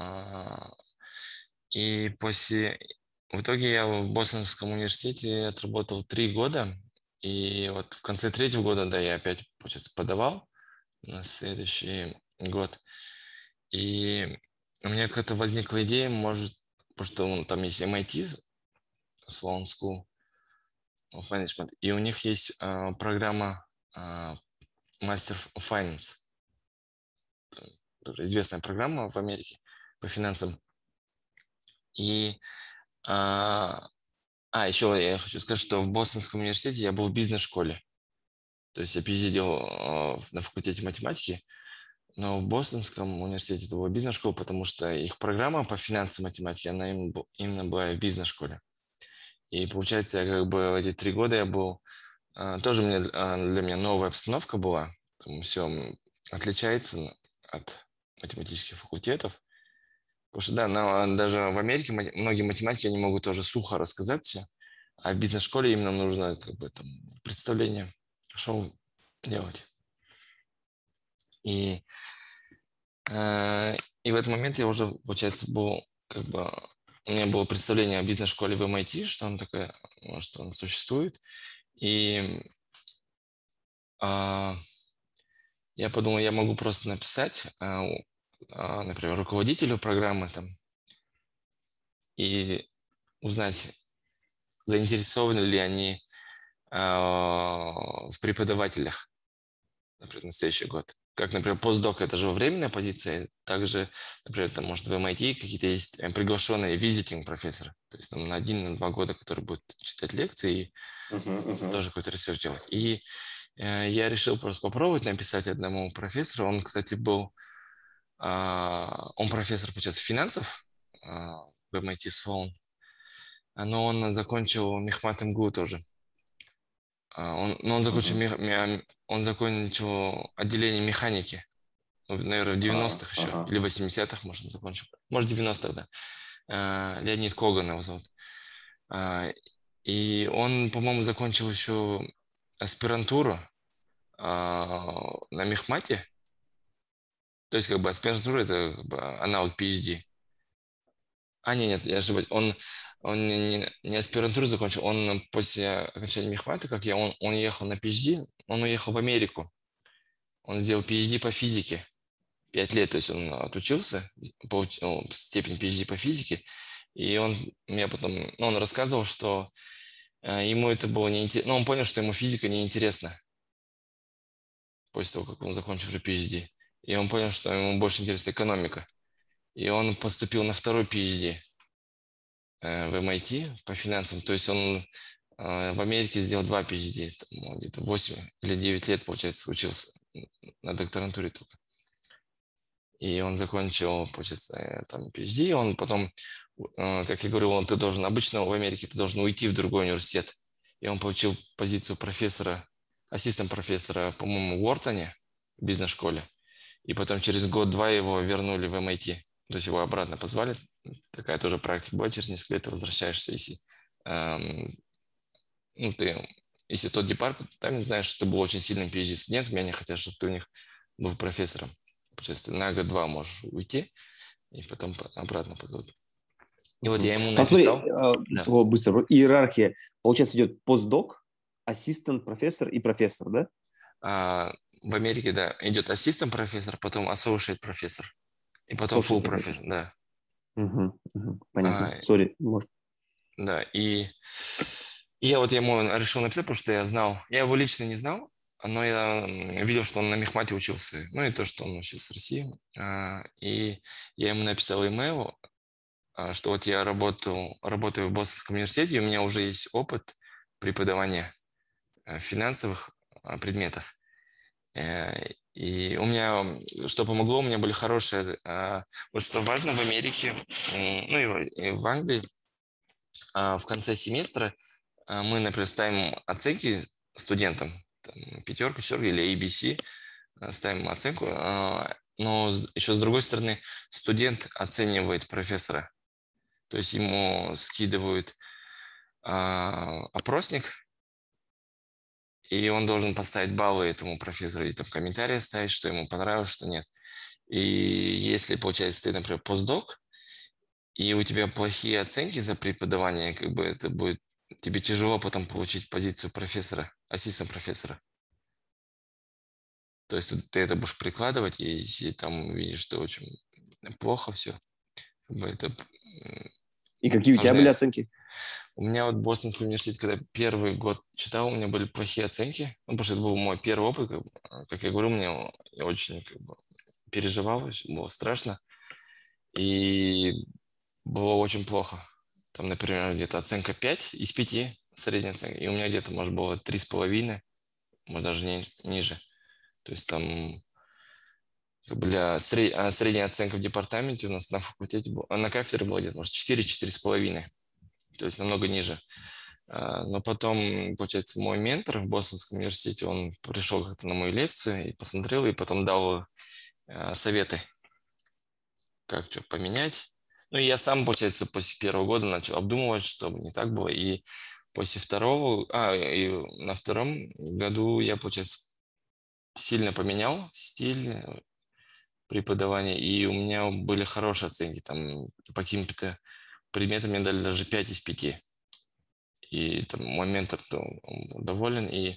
И в итоге я в Бостонском университете отработал 3 года. И вот в конце 3-го года, да, я опять, получается, подавал на следующий год. И у меня как-то возникла идея, может, потому что там есть MIT, Sloan School of Management, и у них есть программа Master of Finance, тоже известная программа в Америке по финансам. И еще я хочу сказать, что в Бостонском университете я был в бизнес-школе. То есть я PhD делал на факультете математики, но в Бостонском университете это была бизнес-школа, потому что их программа по финансам математике, она именно была в бизнес-школе. И получается, я как бы в эти 3 года я был, тоже для меня новая обстановка была. Там все отличается от математических факультетов. Потому что, да, даже в Америке многие математики, они могут тоже сухо рассказать все, а в бизнес-школе именно нужно как бы там представление, шоу делать. И в этот момент я уже, получается, был как бы... У меня было представление о бизнес-школе в MIT, что она такая, что она существует. И я подумал, я могу просто написать, например, руководителю программы там и узнать, заинтересованы ли они в преподавателях, например, на следующий год. Как, например, постдок – это же временная позиция. Также, например, там, может, в MIT какие-то есть приглашенные visiting профессоры. То есть там на 1-2 года, которые будут читать лекции и тоже какой-то ресерч делать. И я решил просто попробовать написать одному профессору. Он, кстати, был... он профессор, получается, финансов в MIT Sloan. Но он закончил Мехмат МГУ тоже. Он закончил отделение механики. Наверное, в 90-х еще. Или в 80-х, может, он закончил. Может, в 90-х, да. Леонид Коган его зовут. И он, по-моему, закончил еще аспирантуру на Мехмате. То есть, как бы, аспирантура – это как бы аналог PhD. Нет, я ошибаюсь. Он не аспирантуру закончил, он после окончания Мехмата, как я, он ехал на PhD, он уехал в Америку. Он сделал PhD по физике. 5 лет, то есть он отучился, получил степень PhD по физике. И он мне потом, он рассказывал, что ему это было неинтересно. Ну, он понял, что ему физика неинтересна после того, как он закончил уже PhD. И он понял, что ему больше интересна экономика. И он поступил на второй PhD в MIT по финансам. То есть он в Америке сделал 2 PhD. Где-то 8 или 9 лет, получается, учился на докторантуре только. И он закончил, получается, там PhD. Он потом, как я говорил, ты должен, обычно в Америке ты должен уйти в другой университет. И он получил позицию профессора, ассистент профессора, по-моему, в Уортоне, в бизнес-школе. И потом через год-два его вернули в MIT. То есть его обратно позвали. Такая тоже практика была. Через несколько лет ты возвращаешься, если если тот департамент знаешь, что ты был очень сильным PhD-студентом, и они хотят, чтобы ты у них был профессором. Получается, ты на год-два можешь уйти, и потом обратно позовут. И вот я ему написал. Смотри, быстро. Иерархия. Получается, идет постдок, ассистент профессор и профессор, да? В Америке, да, идет ассистент профессор, потом associate профессор, и потом full профессор, да. Понятно. Сори, может. Да, и я вот ему решил написать, потому что я знал, я его лично не знал, но я видел, что он на Мехмате учился, ну и то, что он учился в России. И я ему написал имейл, что вот я работаю в Бостонском университете, и у меня уже есть опыт преподавания финансовых предметов. И у меня, что помогло, у меня были хорошие... Вот что важно в Америке, ну и в Англии, в конце семестра мы, например, ставим оценки студентам, 5, 4 или ABC, ставим оценку, но еще с другой стороны студент оценивает профессора. То есть ему скидывают опросник, и он должен поставить баллы этому профессору, и там комментарии ставить, что ему понравилось, что нет. И если, получается, ты, например, постдок, и у тебя плохие оценки за преподавание, как бы это будет тебе тяжело потом получить позицию профессора, ассистент профессора. То есть ты это будешь прикладывать, и если там видишь, что очень плохо все, как бы это И какие у тебя были оценки? У меня вот в Бостонском университете, когда первый год читал, у меня были плохие оценки. Ну, потому что это был мой первый опыт. Как я говорю, я очень переживал, было страшно. И было очень плохо. Там, например, где-то оценка 5 из 5, средняя оценка. И у меня где-то, может, было 3,5, может, даже ниже. То есть там для средняя оценка в департаменте у нас на факультете была, на кафедре была где-то, может, 4-4,5. То есть намного ниже. Но потом, получается, мой ментор в Бостонском университете, он пришел как-то на мою лекцию и посмотрел, и потом дал советы, как что поменять. Ну, и я сам, получается, после первого года начал обдумывать, чтобы не так было. И после и на втором году я, получается, сильно поменял стиль преподавания, и у меня были хорошие оценки. Там по каким-то предметам мне дали даже 5 из 5. И там мой ментор он был доволен. И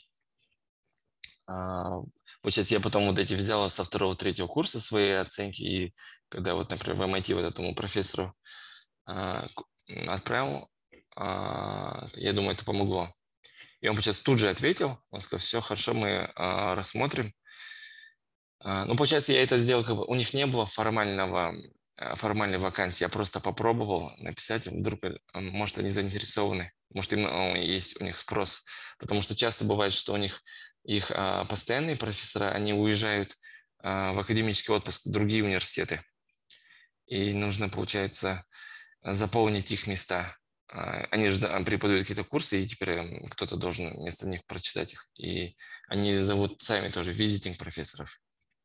получается, я потом вот эти взял со второго-третьего курса свои оценки, и когда вот, например, в MIT вот этому профессору отправил, я думаю, это помогло. И он, получается, тут же ответил, он сказал, все хорошо, мы рассмотрим. Ну, получается, я это сделал, как бы у них не было формальной вакансии, я просто попробовал написать, вдруг, может, они заинтересованы, может, есть у них спрос, потому что часто бывает, что у них их постоянные профессора, они уезжают в академический отпуск в другие университеты, и нужно, получается, заполнить их места. Они же преподают какие-то курсы, и теперь кто-то должен вместо них прочитать их, и они зовут сами тоже визитинг профессоров.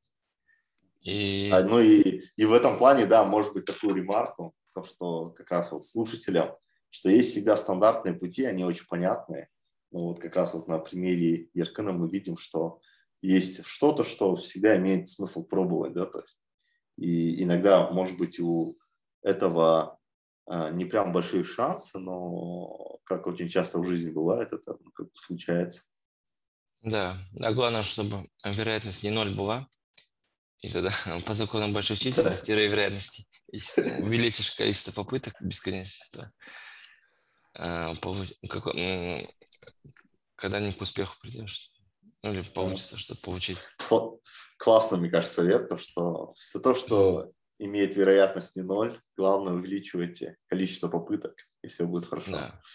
Ну и в этом плане, да, может быть такую ремарку, то, что как раз вот слушателям, что есть всегда стандартные пути, они очень понятные. Ну вот как раз вот на примере Еркына мы видим, что есть что-то, что всегда имеет смысл пробовать, да, то есть и иногда, может быть, у этого не прям большие шансы, но как очень часто в жизни бывает, это как бы случается. Да, главное, чтобы вероятность не 0 была. И тогда по законам больших чисел, теории вероятности, если увеличишь количество попыток бесконечно, когда-нибудь к успеху придешь. Ну, или получится что-то получить. Классно, мне кажется, совет, что все то, что имеет вероятность не 0, главное, увеличивайте количество попыток, и все будет хорошо.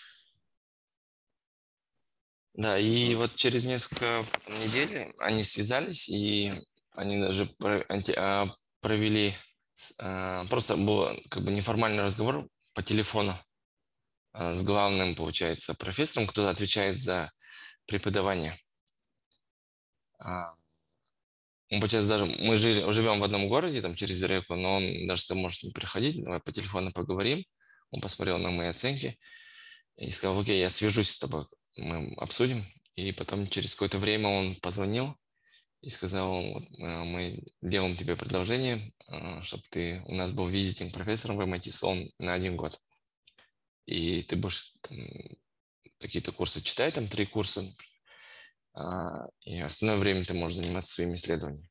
Да, и вот через несколько недель они связались, и они даже провели, просто был как бы неформальный разговор по телефону с главным, получается, профессором, кто отвечает за преподавание. Получается, даже мы живем в одном городе, там через реку, но он даже сказал, может не приходить, давай по телефону поговорим. Он посмотрел на мои оценки и сказал, окей, я свяжусь с тобой, мы обсудим. И потом через какое-то время он позвонил и сказал, вот, мы делаем тебе предложение, чтобы ты у нас был визитинг профессором в MIT Sloan на 1 год. И ты будешь какие-то курсы читать, там 3 курса, и остальное время ты можешь заниматься своими исследованиями.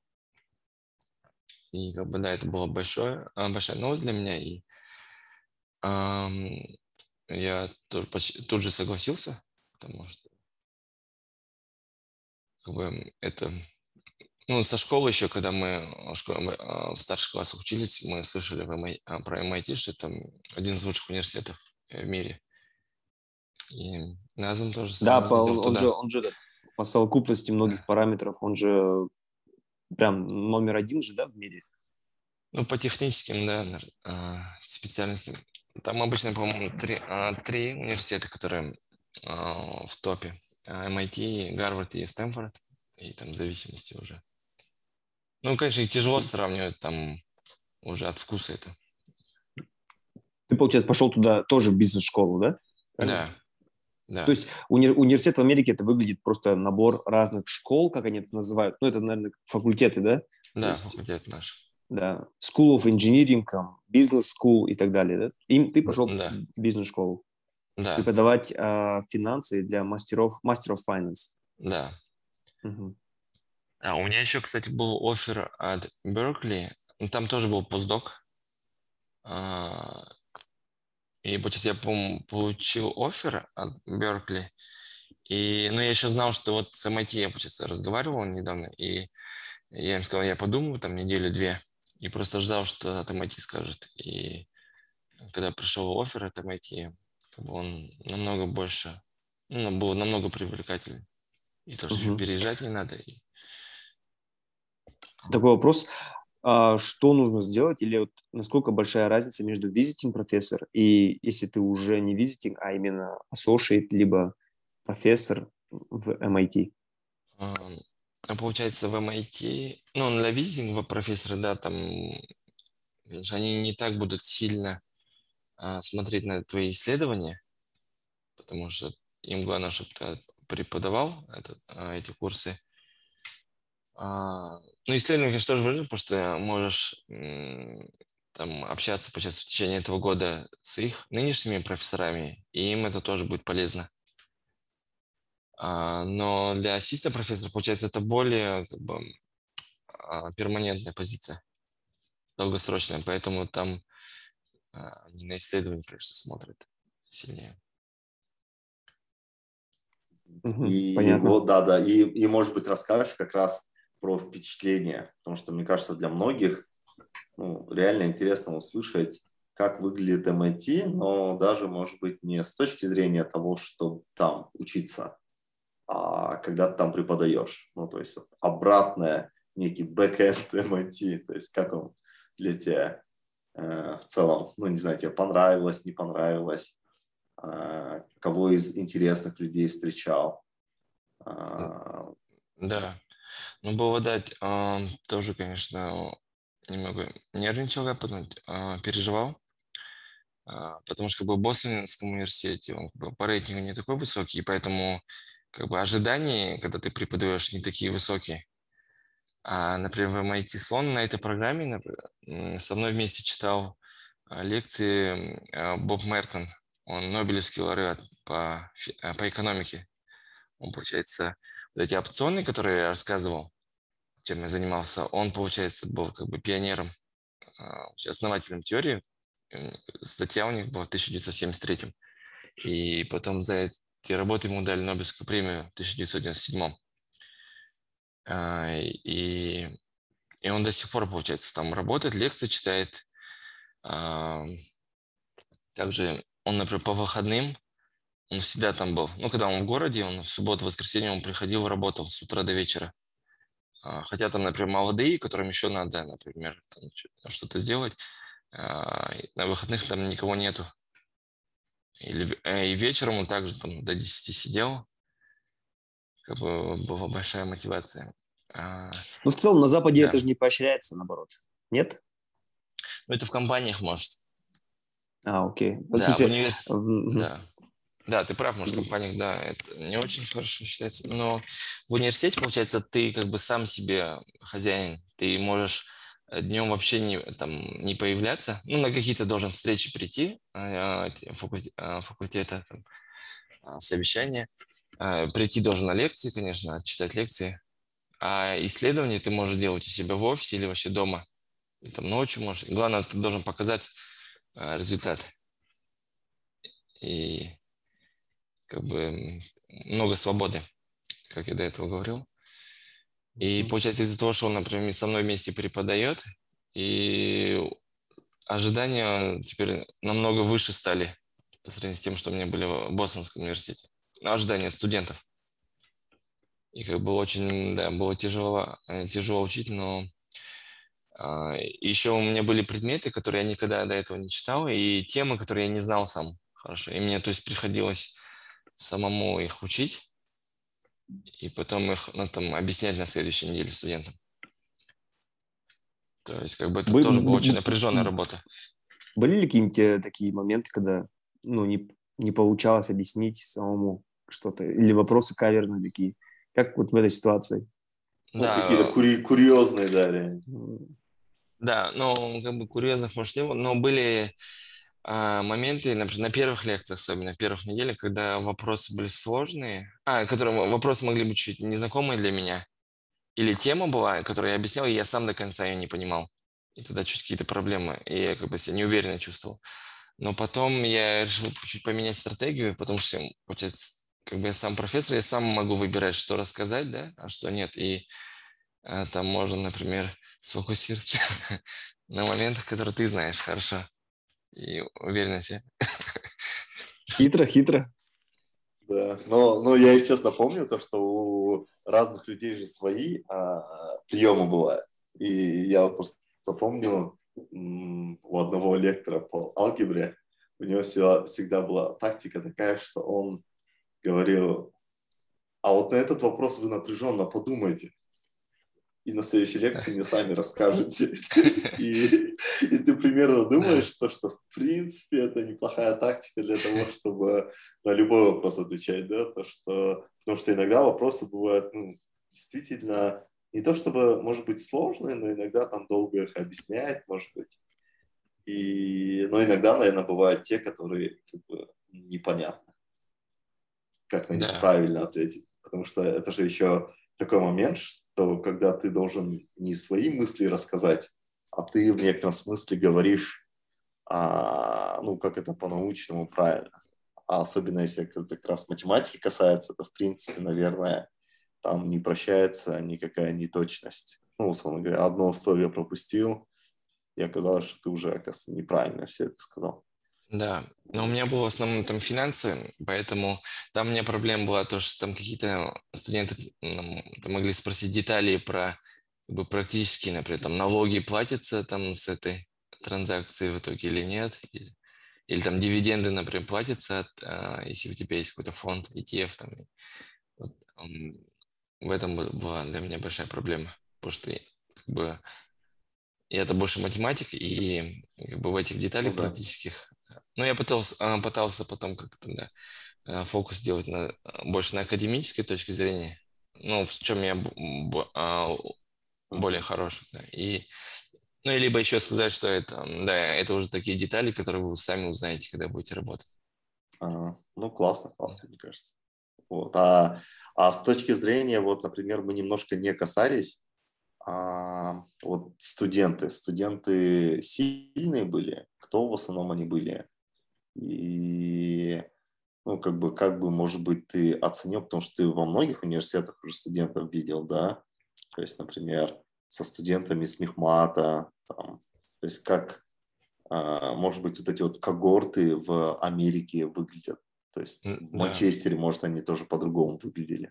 И как бы, да, это была большая новость для меня, и я тут же согласился, потому что как бы это... Ну, со школы еще, когда мы в старших классах учились, мы слышали про MIT, что это один из лучших университетов в мире. И Назым тоже сам ездил туда. Он же по совокупности многих параметров, он же прям номер 1 же, да, в мире? Ну, по техническим, да, специальностям. Там обычно, по-моему, 3 университета, которые в топе. MIT, Гарвард и Стэнфорд. И там в зависимости уже. Ну, конечно, и тяжело сравнивать, там уже от вкуса это. Ты, получается, пошел туда тоже в бизнес-школу, да? Да. Да. То есть университет в Америке это выглядит просто набор разных школ, как они это называют. Ну, это, наверное, факультеты, да? Да, факультет наш. Да. School of Engineering, Business School и так далее, да? И ты пошел в бизнес-школу. Да. Преподавать финансы для Master of Finance. Да. Угу. У меня еще, кстати, был оффер от Беркли. Там тоже был постдок. И получается, я, по-моему, получил оффер от Беркли. И, ну, я еще знал, что вот с MIT я, получается, разговаривал недавно, и я им сказал, я подумаю там неделю-две, и просто ждал, что от MIT скажет. И когда пришел оффер от MIT, как бы он намного больше, ну, был намного привлекательный. И то, что еще Мгм. переезжать не надо. И Такой вопрос. Что нужно сделать или вот насколько большая разница между visiting профессор и если ты уже не visiting, а именно associate, либо профессор в MIT? Получается, в MIT, ну, для визинга профессора, да, там, видишь, они не так будут сильно смотреть на твои исследования, потому что им главное, чтобы ты преподавал эти курсы. Ну, исследование, конечно, тоже важно, потому что можешь там общаться, получается, в течение этого года с их нынешними профессорами, и им это тоже будет полезно. Но для ассистента профессора, получается, это более как бы, перманентная позиция, долгосрочная, поэтому там они на исследование, конечно, смотрят сильнее. И Понятно. вот, да, и может быть расскажешь как раз про впечатление, потому что, мне кажется, для многих реально интересно услышать, как выглядит MIT, но даже, может быть, не с точки зрения того, что там учиться, а когда ты там преподаешь. Ну, то есть обратное, некий бэкэнд MIT, то есть как он для тебя в целом, ну, не знаю, тебе понравилось, не понравилось, кого из интересных людей встречал. Да, ну, было дать, тоже, конечно, немного нервничал, я потом переживал, потому что как бы в Бостонском университете он как бы по рейтингу не такой высокий, и поэтому как бы ожидания, когда ты преподаешь, не такие высокие. Например, в MIT Слон на этой программе со мной вместе читал лекции Боб Мертон. Он Нобелевский лауреат по экономике. Он, получается, вот эти опционы, которые я рассказывал, чем я занимался, он, получается, был как бы пионером, основателем теории. Статья у них была в 1973. И потом за эти работы ему дали Нобелевскую премию в 1997. И он до сих пор, получается, там работает, лекции читает. Также он, например, по выходным, он всегда там был. Ну, когда он в городе, он в субботу, воскресенье он приходил, работал с утра до вечера. Хотя там, например, молодые, которым еще надо, например, там что-то сделать, на выходных там никого нету. И вечером он также там до 10 сидел. Как бы была большая мотивация. Ну, в целом, на Западе Да. это же не поощряется, наоборот. Нет? Ну, это в компаниях, может. Окей. В Да, в смысле, университете, да. Да, ты прав, может, в компаниях, да, это не очень хорошо считается. Но в университете, получается, ты как бы сам себе хозяин. Ты можешь днем вообще не появляться. Ну, на какие-то должен встречи прийти, факультета, совещания. Прийти должен на лекции, конечно, читать лекции. А исследования ты можешь делать у себя в офисе или вообще дома. И там ночью можешь. Главное, ты должен показать результат. И как бы много свободы, как я до этого говорил. И получается из-за того, что он, например, со мной вместе преподает, и ожидания теперь намного выше стали по сравнению с тем, что у меня были в Бостонском университете. Ожидания студентов. И как бы очень, да, было тяжело учить, но еще у меня были предметы, которые я никогда до этого не читал, и темы, которые я не знал сам хорошо. И мне, то есть, приходилось самому их учить, и потом их объяснять на следующей неделе студентам. То есть, как бы это тоже была очень напряженная работа. Были ли какие-нибудь такие моменты, когда не получалось объяснить самому что-то? Или вопросы каверные такие? Как вот в этой ситуации? Да, какие-то курьезные, да, реально. Да, ну, как бы курьезных, может, не было, но были моменты, например, на первых лекциях, особенно на первых неделях, когда вопросы были сложные, вопросы могли быть чуть незнакомые для меня, или тема была, которую я объяснял, и я сам до конца ее не понимал. И тогда чуть какие-то проблемы, и я как бы себя неуверенно чувствовал. Но потом я решил чуть поменять стратегию, потому что, получается, как бы я сам профессор, я сам могу выбирать, что рассказать, да, а что нет. И там можно, например, сфокусироваться на моментах, которые ты знаешь хорошо и уверен в себе. Хитро, хитро. Да, но я, если честно, помню то, что у разных людей же свои приемы бывают. И я вот просто помню у одного лектора по алгебре, у него всегда была тактика такая, что он говорил, а вот на этот вопрос вы напряженно подумайте. И на следующей лекции мне сами расскажете. И ты примерно думаешь, что в принципе это неплохая тактика для того, чтобы на любой вопрос отвечать, да, потому что иногда вопросы бывают, действительно, не то чтобы, может быть, сложные, но иногда там долго их объяснять, может быть. Но иногда, наверное, бывают те, которые как бы непонятны, как на них Да, правильно ответить. Потому что это же еще такой момент, что когда ты должен не свои мысли рассказать, а ты в некотором смысле говоришь, как это по-научному правильно. А особенно если это как раз математики касается, то, в принципе, наверное, там не прощается никакая неточность. Условно говоря, одно условие пропустил, и оказалось, что ты уже, оказывается, неправильно все это сказал. да. Но у меня было в основном там финансы, поэтому там у меня проблема была то, что там какие-то студенты там могли спросить детали про как бы, практически, например, там налоги платятся там с этой транзакции в итоге или нет, или там дивиденды, например, платятся, если у тебя есть какой-то фонд, ETF, там, вот, в этом была для меня большая проблема, потому что как бы, и это больше математик, и как бы в этих Ну деталях да. практических. Ну, я пытался потом как-то фокус делать больше на академической точке зрения, ну, в чем я более хорош. Да. Ну, и либо еще сказать, что это уже такие детали, которые вы сами узнаете, когда будете работать. Классно, мне кажется. Вот. А с точки зрения, вот, например, мы немножко не касались, вот студенты сильные были, кто в основном они были? И, как бы, может быть, ты оценил, потому что ты во многих университетах уже студентов видел, да? То есть, например, со студентами с Мехмата, там, то есть может быть, вот эти вот когорты в Америке выглядят. То есть в Да, Манчестере, может, они тоже по-другому выглядели.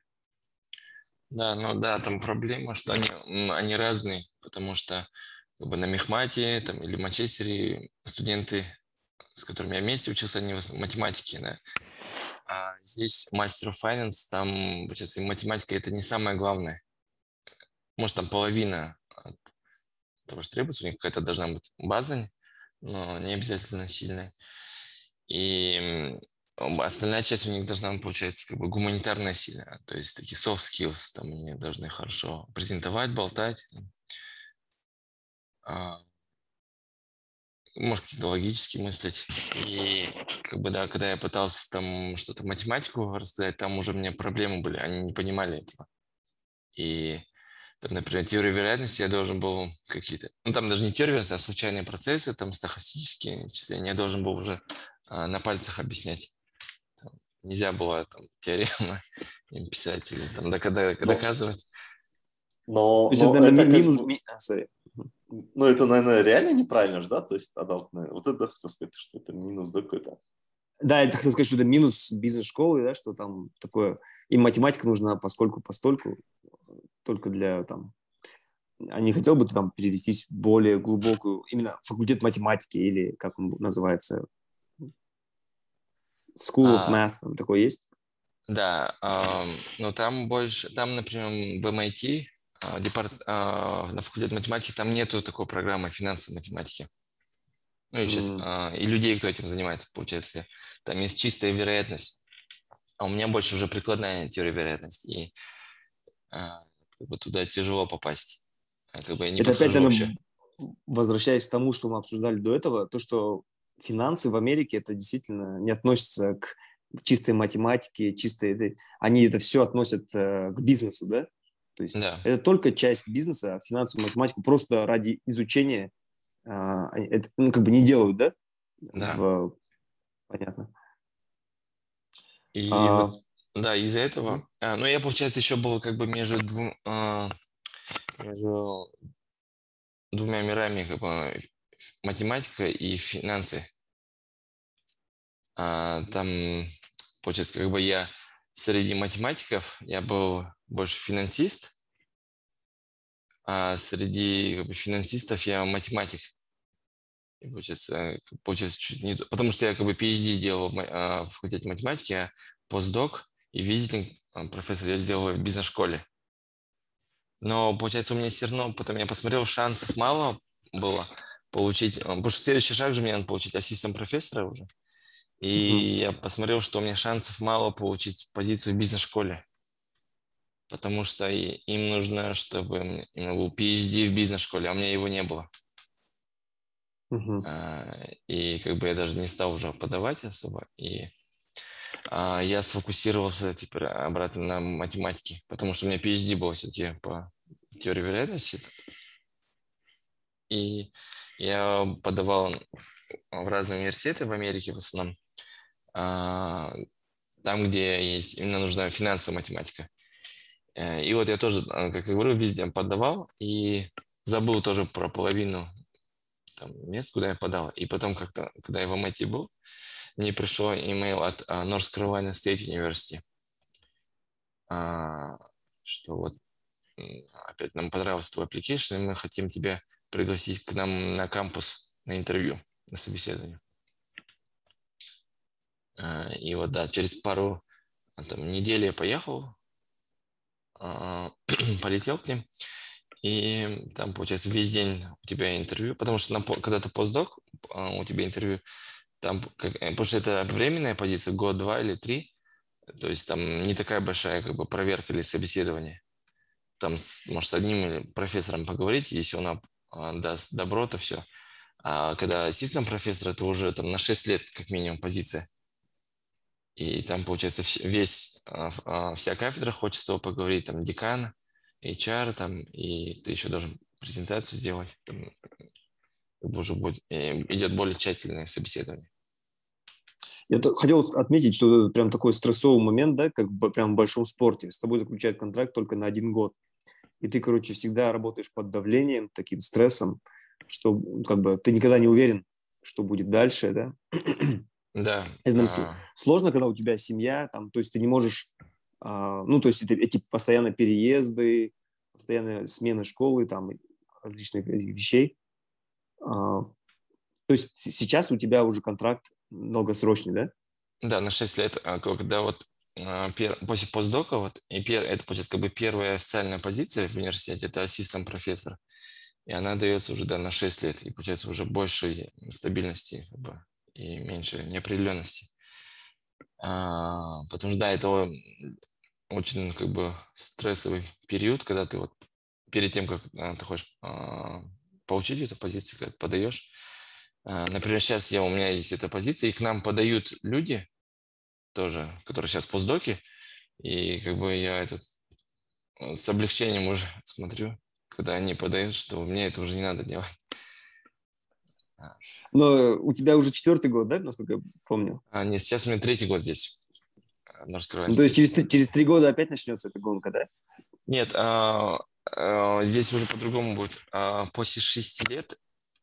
да, ну да, там проблема, что они разные, потому что как бы на Мехмате там, или Манчестере студенты, с которыми я вместе учился, они в основном математики, да. А здесь мастер of finance, там, получается, и математика это не самое главное. Может, там половина от того, что требуется, у них какая-то должна быть база, но не обязательно сильная. И остальная часть у них должна быть, получается, как бы гуманитарная сила, то есть такие soft skills, там они должны хорошо презентовать, болтать, может, какие-то логически мыслить. И как бы, да, когда я пытался там что-то математику рассказать, там уже у меня проблемы были, они не понимали этого. И там, например, теорию вероятности я должен был какие-то, там даже не теория вероятности, а случайные процессы, там стохастические исчисления, я должен был уже на пальцах объяснять. Там нельзя было там теоремы им писать или там доказывать. То есть это это как минус... бы, это, наверное, реально неправильно же, да? То есть адалт, вот это хотел сказать, что это минус какой-то. Да, это хотел сказать, что это минус бизнес-школы, да, что там такое... Им математика нужна постольку, только для там... А не хотел бы ты там перевестись в более глубокую, именно факультет математики или, как он называется, School of Math, там такое есть? Да, но там больше, там, например, в MIT, на факультете математики, там нету такой программы финансовой математики. Ну и сейчас, и людей, кто этим занимается, получается. Там есть чистая вероятность, а у меня больше уже прикладная теория вероятности, и как бы туда тяжело попасть. Как бы я не Это опять, подхожу вообще. наверное, возвращаясь к тому, что мы обсуждали до этого, то, что финансы в Америке это действительно не относится к чистой математике, они это все относят к бизнесу, да? То есть Да. это только часть бизнеса, а финансовую математику просто ради изучения это, как бы не делают, да? Да. Понятно. И вот, да, из-за этого, ну, я, получается, еще был как бы между двумя мирами, как бы математика и финансы. Там, получается, как бы я среди математиков, я был больше финансист, а среди как бы, финансистов я математик. И получается чуть не то. Потому что я как бы PhD делал в факультете математики, а постдок и визитинг профессор я сделал в бизнес-школе. Но, получается, у меня все равно, потом я посмотрел, шансов мало было получить, потому что следующий шаг же мне надо получить ассистент профессора уже. И я посмотрел, что у меня шансов мало получить позицию в бизнес-школе, потому что им нужно, чтобы именно был PhD в бизнес-школе, а у меня его не было. И как бы я даже не стал уже подавать особо. И я сфокусировался теперь обратно на математике, потому что у меня PhD был все-таки по теории вероятности. И я подавал в разные университеты в Америке в основном, там, где есть именно нужна финансовая математика. И вот я тоже, как я говорю, везде подавал и забыл тоже про половину там, мест, куда я подал. И потом как-то, когда я в MIT был, мне пришло имейл от North Carolina State University, что вот опять нам понравился твой application, и мы хотим тебя пригласить к нам на кампус на интервью, на собеседование. И вот да, через пару там, недель я поехал, полетел к ним, и там, получается, весь день у тебя интервью, потому что когда ты постдок, у тебя интервью, там, потому что это временная позиция, год, 2 или 3, то есть там не такая большая как бы проверка или собеседование. Там, может, с одним профессором поговорить, если он даст добро, то все. А когда ассистент профессора, то уже там на 6 лет как минимум позиция. И там, получается, вся кафедра хочет с тобой поговорить, там, декан, HR, там, и ты еще должен презентацию сделать. Там, уже идет более тщательное собеседование. Я хотел отметить, что это прям такой стрессовый момент, да, как бы прям в большом спорте. С тобой заключают контракт только на 1 год. И ты, короче, всегда работаешь под давлением, таким стрессом, что как бы ты никогда не уверен, что будет дальше, да. Да. Это сложно, когда у тебя семья, там, то есть ты не можешь, ну, то есть эти постоянно переезды, постоянная смена школы, там, различных вещей. То есть сейчас у тебя уже контракт долгосрочный, да? Да, на 6 лет, когда вот после постдока, вот, это, получается, как бы первая официальная позиция в университете, это ассистент профессор, и она дается уже, да, на 6 лет, и, получается, уже больше стабильности, как бы, и меньше неопределенности. Потому что, да, это очень, как бы, стрессовый период, когда ты вот перед тем, как ты хочешь получить эту позицию, когда подаешь. Например, сейчас у меня есть эта позиция, и к нам подают люди тоже, которые сейчас постдоки, и как бы я с облегчением уже смотрю, когда они подают, что мне это уже не надо делать. Но у тебя уже 4-й год, да, насколько я помню? Нет, сейчас у меня 3-й год здесь. Ну, то есть через 3 года опять начнется эта гонка, да? Нет, здесь уже по-другому будет. После 6 лет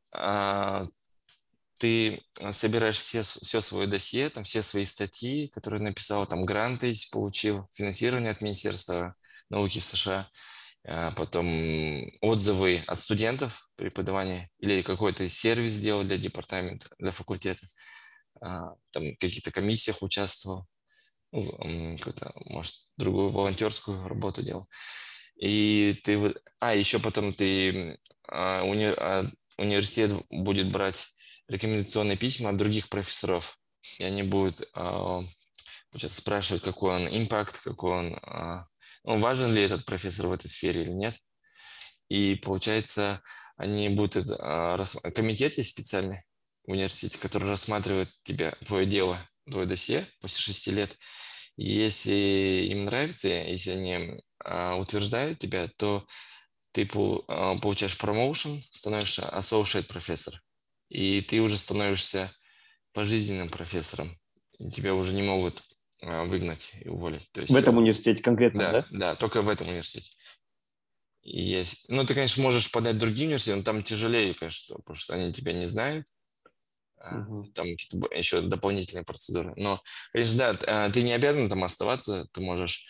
ты собираешь все свое досье, там, все свои статьи, которые написал, там, гранты, если получил, финансирование от Министерства науки в США, потом отзывы от студентов преподавания или какой-то сервис сделал для департамента, для факультета, там, в каких-то комиссиях участвовал, ну, какую-то, может, другую волонтерскую работу делал. И ты... еще потом ты... университет будет брать рекомендационные письма от других профессоров, и они будут сейчас спрашивать, какой он импакт, какой он, важен ли этот профессор в этой сфере или нет. И получается, они будут, комитет есть специальный в университете, который рассматривает твое дело, твое досье после 6 лет. И если им нравится, если они утверждают тебя, то ты получаешь промоушен, становишься associate профессор, и ты уже становишься пожизненным профессором. И тебя уже не могут выгнать и уволить. То есть В этом всё. университете конкретно, Да, да? да, только в этом университете. И есть. Ну, ты, конечно, можешь подать в другие университеты, но там тяжелее, конечно, потому что они тебя не знают. Мгм. Там какие-то еще дополнительные процедуры. Но, конечно, да, ты не обязан там оставаться. Ты можешь,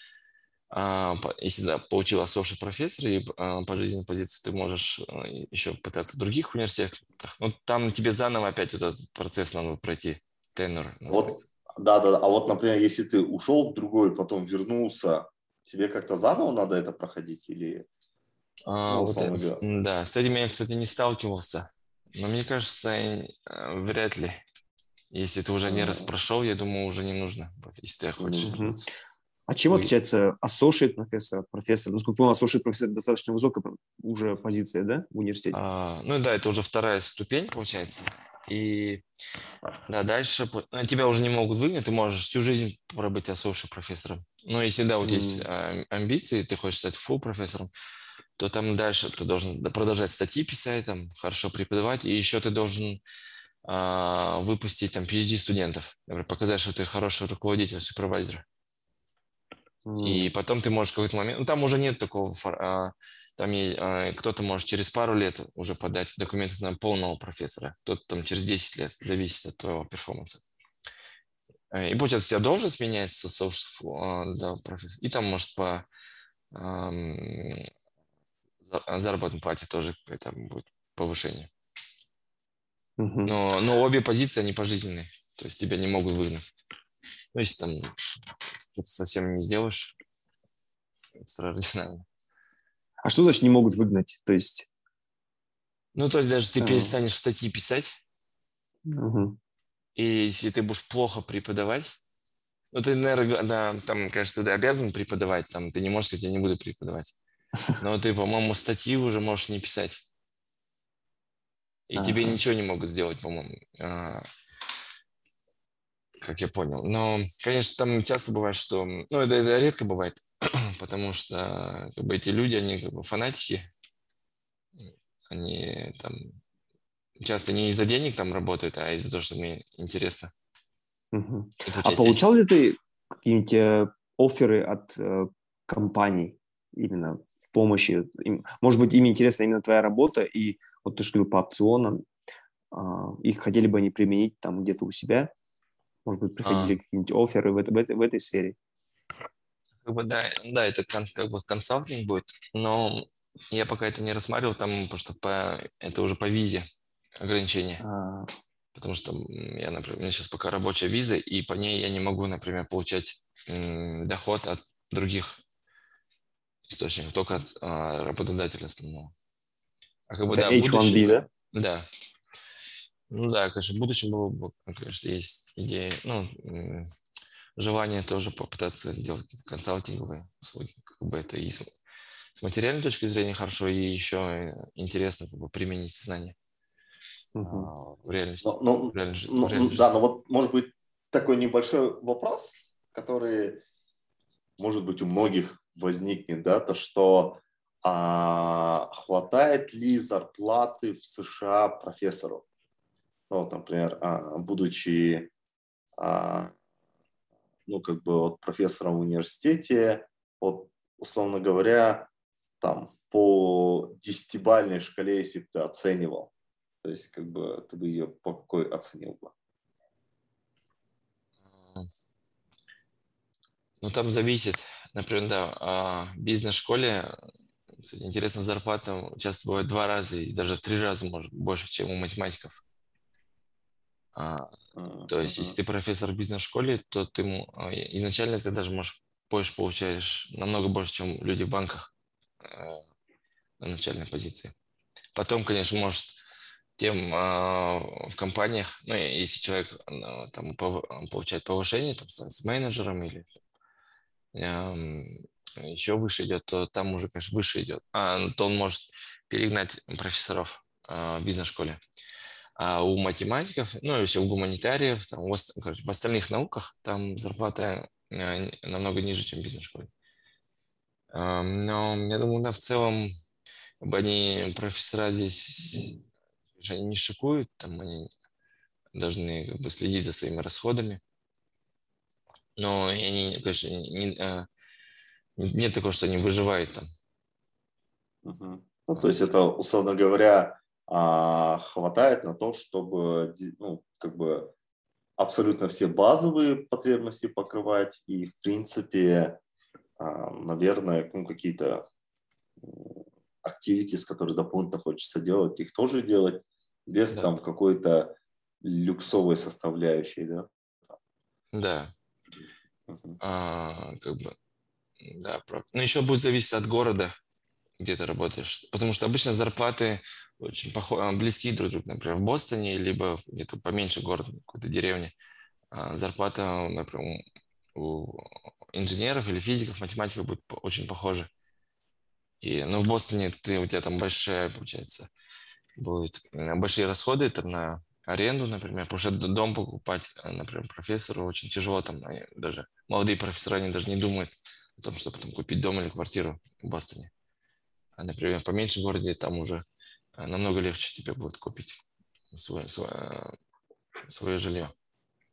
если да, получил associate профессор и пожизненную позицию, ты можешь еще пытаться в других университетах. Ну, там тебе заново опять вот этот процесс надо пройти. Тенор Вот, называется. да. А вот, например, если ты ушел в другой, потом вернулся, тебе как-то заново надо это проходить или, ну, Вот, условно говоря? да, с этим я, кстати, не сталкивался. Но мне кажется, вряд ли. Если ты уже один раз м, прошел, я думаю, уже не нужно, вот, если ты не хочешь нужно. Мгм. вернуться. А чем Вы- отличается associate профессор от профессора? Насколько я понял, associate профессор достаточно высокая уже позиция, да, в университете? Ну да, это уже вторая ступень, получается. И да, дальше тебя уже не могут выгнать, ты можешь всю жизнь пробыть associate профессором. Но если да, вот есть М, амбиции, ты хочешь стать full профессором, то там дальше ты должен продолжать статьи писать, там, хорошо преподавать, и еще ты должен выпустить там PhD студентов, например, показать, что ты хороший руководитель, супервайзер. И м, потом ты можешь в какой-то момент, ну там уже нет такого, там кто-то может через пару лет уже подать документы на полного профессора, кто-то там через 10 лет, зависит от твоего перформанса. И получается, у тебя должность меняется с до профессора, и там может по ам, заработной плате тоже какое-то будет повышение. мгм. Но обе позиции, они пожизненные, то есть тебя не могут выгнать. Ну, если там что-то совсем не сделаешь экстраординарно. А что значит не могут выгнать? То есть, Ну, то есть даже ты а, перестанешь статьи писать, мгм. и если ты будешь плохо преподавать, ну, ты, наверное, да, там, конечно, ты обязан преподавать, там, ты не можешь сказать, я не буду преподавать. Но ты, по-моему, статьи уже можешь не писать. И тебе Ага. ничего не могут сделать, по-моему, как я понял. Но, конечно, там часто бывает, что... Ну, это редко бывает, потому что как бы, эти люди, они как бы фанатики, они там часто не из-за денег там работают, а из-за того, что мне интересно. Мгм. И А получается, получал ли ты какие-нибудь офферы от компаний именно в помощи? Может быть, им интересна именно твоя работа, и вот ты что говорил по опционам, их хотели бы они применить там где-то у себя? Может быть, а, приходили какие-нибудь офферы в этой сфере? как бы, да, это как бы консалтинг будет, но я пока это не рассматривал, там, потому что это уже по визе ограничения. А, Потому что я, например, у меня сейчас пока рабочая виза, и по ней я не могу, например, получать доход от других источников, только от работодателя основного. А как бы, это да, в H1B, будущем, да? да. Ну да, конечно, в будущем было бы, конечно, есть идея, ну, желание тоже попытаться делать какие-то консалтинговые услуги, как бы это и с материальной точки зрения хорошо, и еще интересно как бы применить знания Мгм. в реальности, Но, но, в реальной да, жизни. но вот может быть такой небольшой вопрос, который, может быть, у многих возникнет, да, то что хватает ли зарплаты в США профессору? Ну, вот, например, будучи, а, ну, как бы вот профессором в университете, вот, условно говоря, там по десятибалльной шкале, если бы ты оценивал, то есть как бы ты бы ее по какой оценил бы? Ну, там зависит. Например, да, в бизнес-школе, кстати, интересно, зарплата часто бывает 2 раза и даже в 3 раза, может, больше, чем у математиков. А, То есть, если Мгм. ты профессор в бизнес-школе, то ты изначально ты даже можешь больше получаешь, намного больше, чем люди в банках на начальной позиции. Потом, конечно, может тем в компаниях, ну, если человек там получает повышение, там, становится менеджером или еще выше идет, то там уже, конечно, выше идет. Ну, то он может перегнать профессоров в бизнес-школе. А у математиков, ну, или у гуманитариев, там, короче, в остальных науках там зарплата намного ниже, чем в бизнес-школе. Но я думаю, да, в целом, как бы они, профессора здесь, конечно, они не шикуют, там они должны как бы следить за своими расходами. Но они, конечно, нет такого, что они выживают там. Ну, то есть это, условно говоря, хватает на то, чтобы, ну, как бы абсолютно все базовые потребности покрывать и, в принципе, наверное, ну, какие-то activities, которые дополнительно хочется делать, их тоже делать без Да. там какой-то люксовой составляющей, да? Да. Как бы, да, но еще будет зависеть от города, где ты работаешь. Потому что обычно зарплаты очень близки друг к другу. Например, в Бостоне, либо где-то поменьше города, какой-то деревне. Зарплата, например, у инженеров или физиков, математиков будет очень похожа. Но в Бостоне у тебя там большая, получается, будут большие расходы там на аренду, например, потому что дом покупать, например, профессору очень тяжело, там даже молодые профессора, они даже не думают о том, чтобы потом купить дом или квартиру в Бостоне. А, например, в поменьше городе там уже намного легче тебе будет купить свое жилье.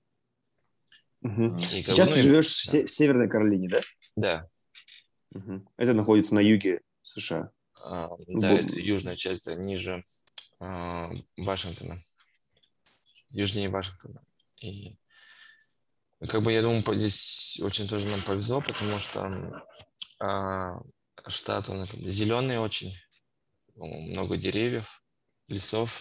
И, сейчас ты живешь в Северной Каролине, да? Да. Это находится на юге США. Да, это южная часть, да, ниже Вашингтона. Южнее Вашингтона. И как бы я думаю, здесь очень тоже нам повезло, потому что штат, он зеленый очень, много деревьев, лесов.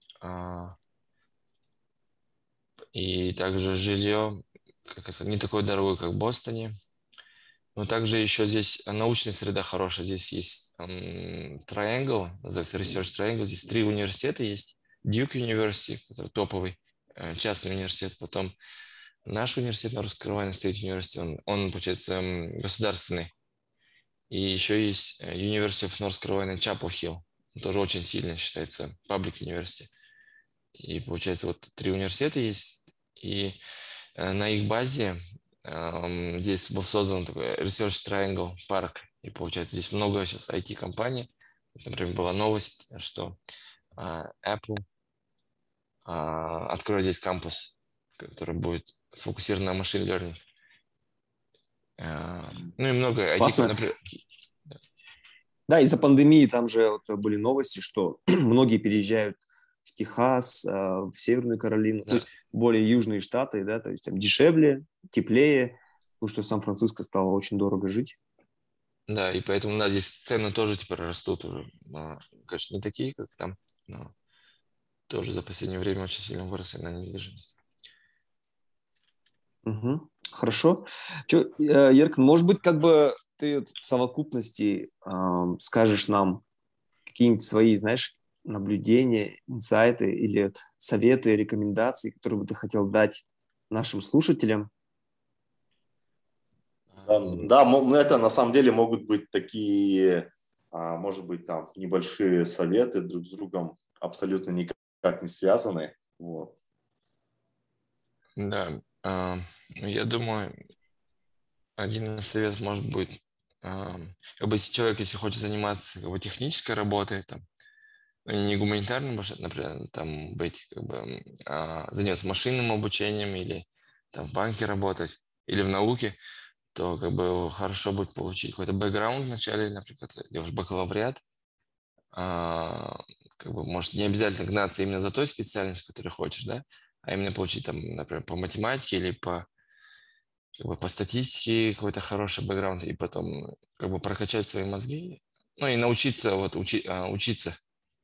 И также жилье, как это, не такое дорогое, как в Бостоне. Но также еще здесь научная среда хорошая. Здесь есть Triangle, называется Research Triangle. Здесь 3 университета есть. Duke University, который топовый, частный университет. Потом наш университет, North Carolina State University, он получается, государственный. И еще есть University of North Carolina Chapel Hill. Он тоже очень сильно считается Public University. И получается, вот 3 университета есть. И на их базе здесь был создан такой Research Triangle парк. И получается, здесь много сейчас IT-компаний. Например, была новость, что Apple откроет здесь кампус, который будет сфокусирован на machine learning. Ну и много Классно. Например, да, из-за пандемии там же вот были новости, что многие переезжают в Техас, в Северную Каролину, да. То есть более южные штаты, да, то есть там дешевле, теплее, потому что в Сан-Франциско стало очень дорого жить. Да, и поэтому, да, здесь цены тоже теперь растут уже. Конечно, не такие, как там, но тоже за последнее время очень сильно выросли на недвижимость. Хорошо. Еркин, может быть, как бы ты в совокупности скажешь нам какие-нибудь свои, знаешь, наблюдения, инсайты или советы, рекомендации, которые бы ты хотел дать нашим слушателям? Да, это на самом деле могут быть такие, может быть, там небольшие советы друг с другом абсолютно никак не связаны. Вот. Да, я думаю, один совет может быть, как бы человек, если хочет заниматься как бы технической работой, там, не гуманитарным, например, там быть, как бы, заниматься машинным обучением или там в банке работать, или в науке, то как бы хорошо будет получить какой-то бэкграунд вначале, например, делаешь бакалавриат, как бы, может, не обязательно гнаться именно за той специальностью, которую хочешь, да, а именно получить там, например, по математике или как бы, по статистике какой-то хороший бэкграунд, и потом как бы прокачать свои мозги, ну и научиться учиться.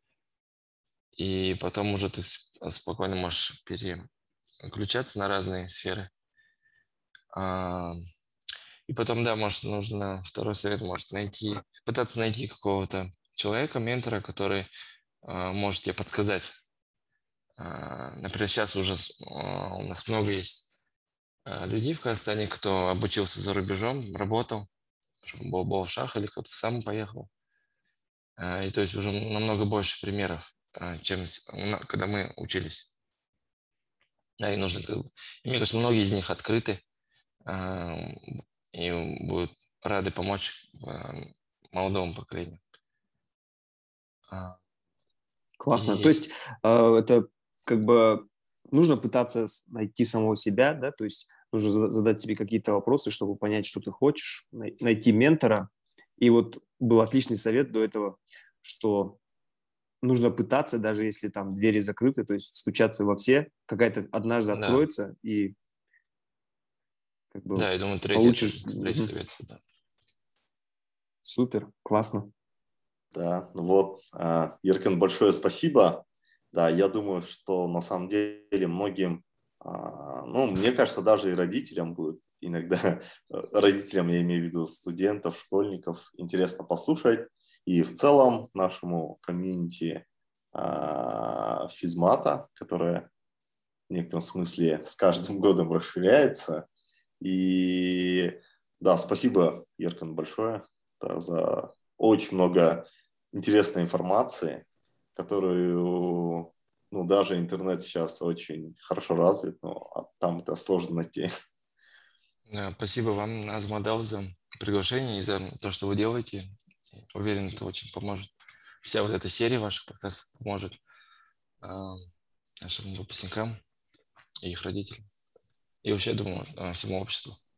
И потом уже ты спокойно можешь переключаться на разные сферы. И потом, да, может, нужно, второй совет, может пытаться найти какого-то человека, ментора, который может тебе подсказать. Например, сейчас уже у нас много есть людей в Казахстане, кто обучился за рубежом, работал, был в шах или кто-то сам поехал. И то есть уже намного больше примеров, чем когда мы учились. Да, и нужно, и мне кажется, многие из них открыты и будут рады помочь молодому поколению. Классно. То есть это как бы нужно пытаться найти самого себя, да, то есть нужно задать себе какие-то вопросы, чтобы понять, что ты хочешь, найти ментора. И вот был отличный совет до этого, что нужно пытаться, даже если там двери закрыты, то есть стучаться во все, какая-то однажды Да, откроется, и как бы да, я думаю, получишь. третий совет. Да. Супер, классно. Да, ну вот, Иркин, большое спасибо. Да, я думаю, что на самом деле многим, ну, мне кажется, даже и родителям будет иногда, родителям, я имею в виду студентов, школьников, интересно послушать. И в целом нашему комьюнити физмата, которое в некотором смысле с каждым годом расширяется. И да, спасибо, Иркин, большое да, за очень много интересной информации, которую, ну, даже интернет сейчас очень хорошо развит, но там это сложно найти. Да, спасибо вам, Азмадал, за приглашение и за то, что вы делаете. Уверен, это очень поможет. Вся вот эта серия ваша как раз поможет нашим выпускникам и их родителям. И вообще, думаю, всему обществу.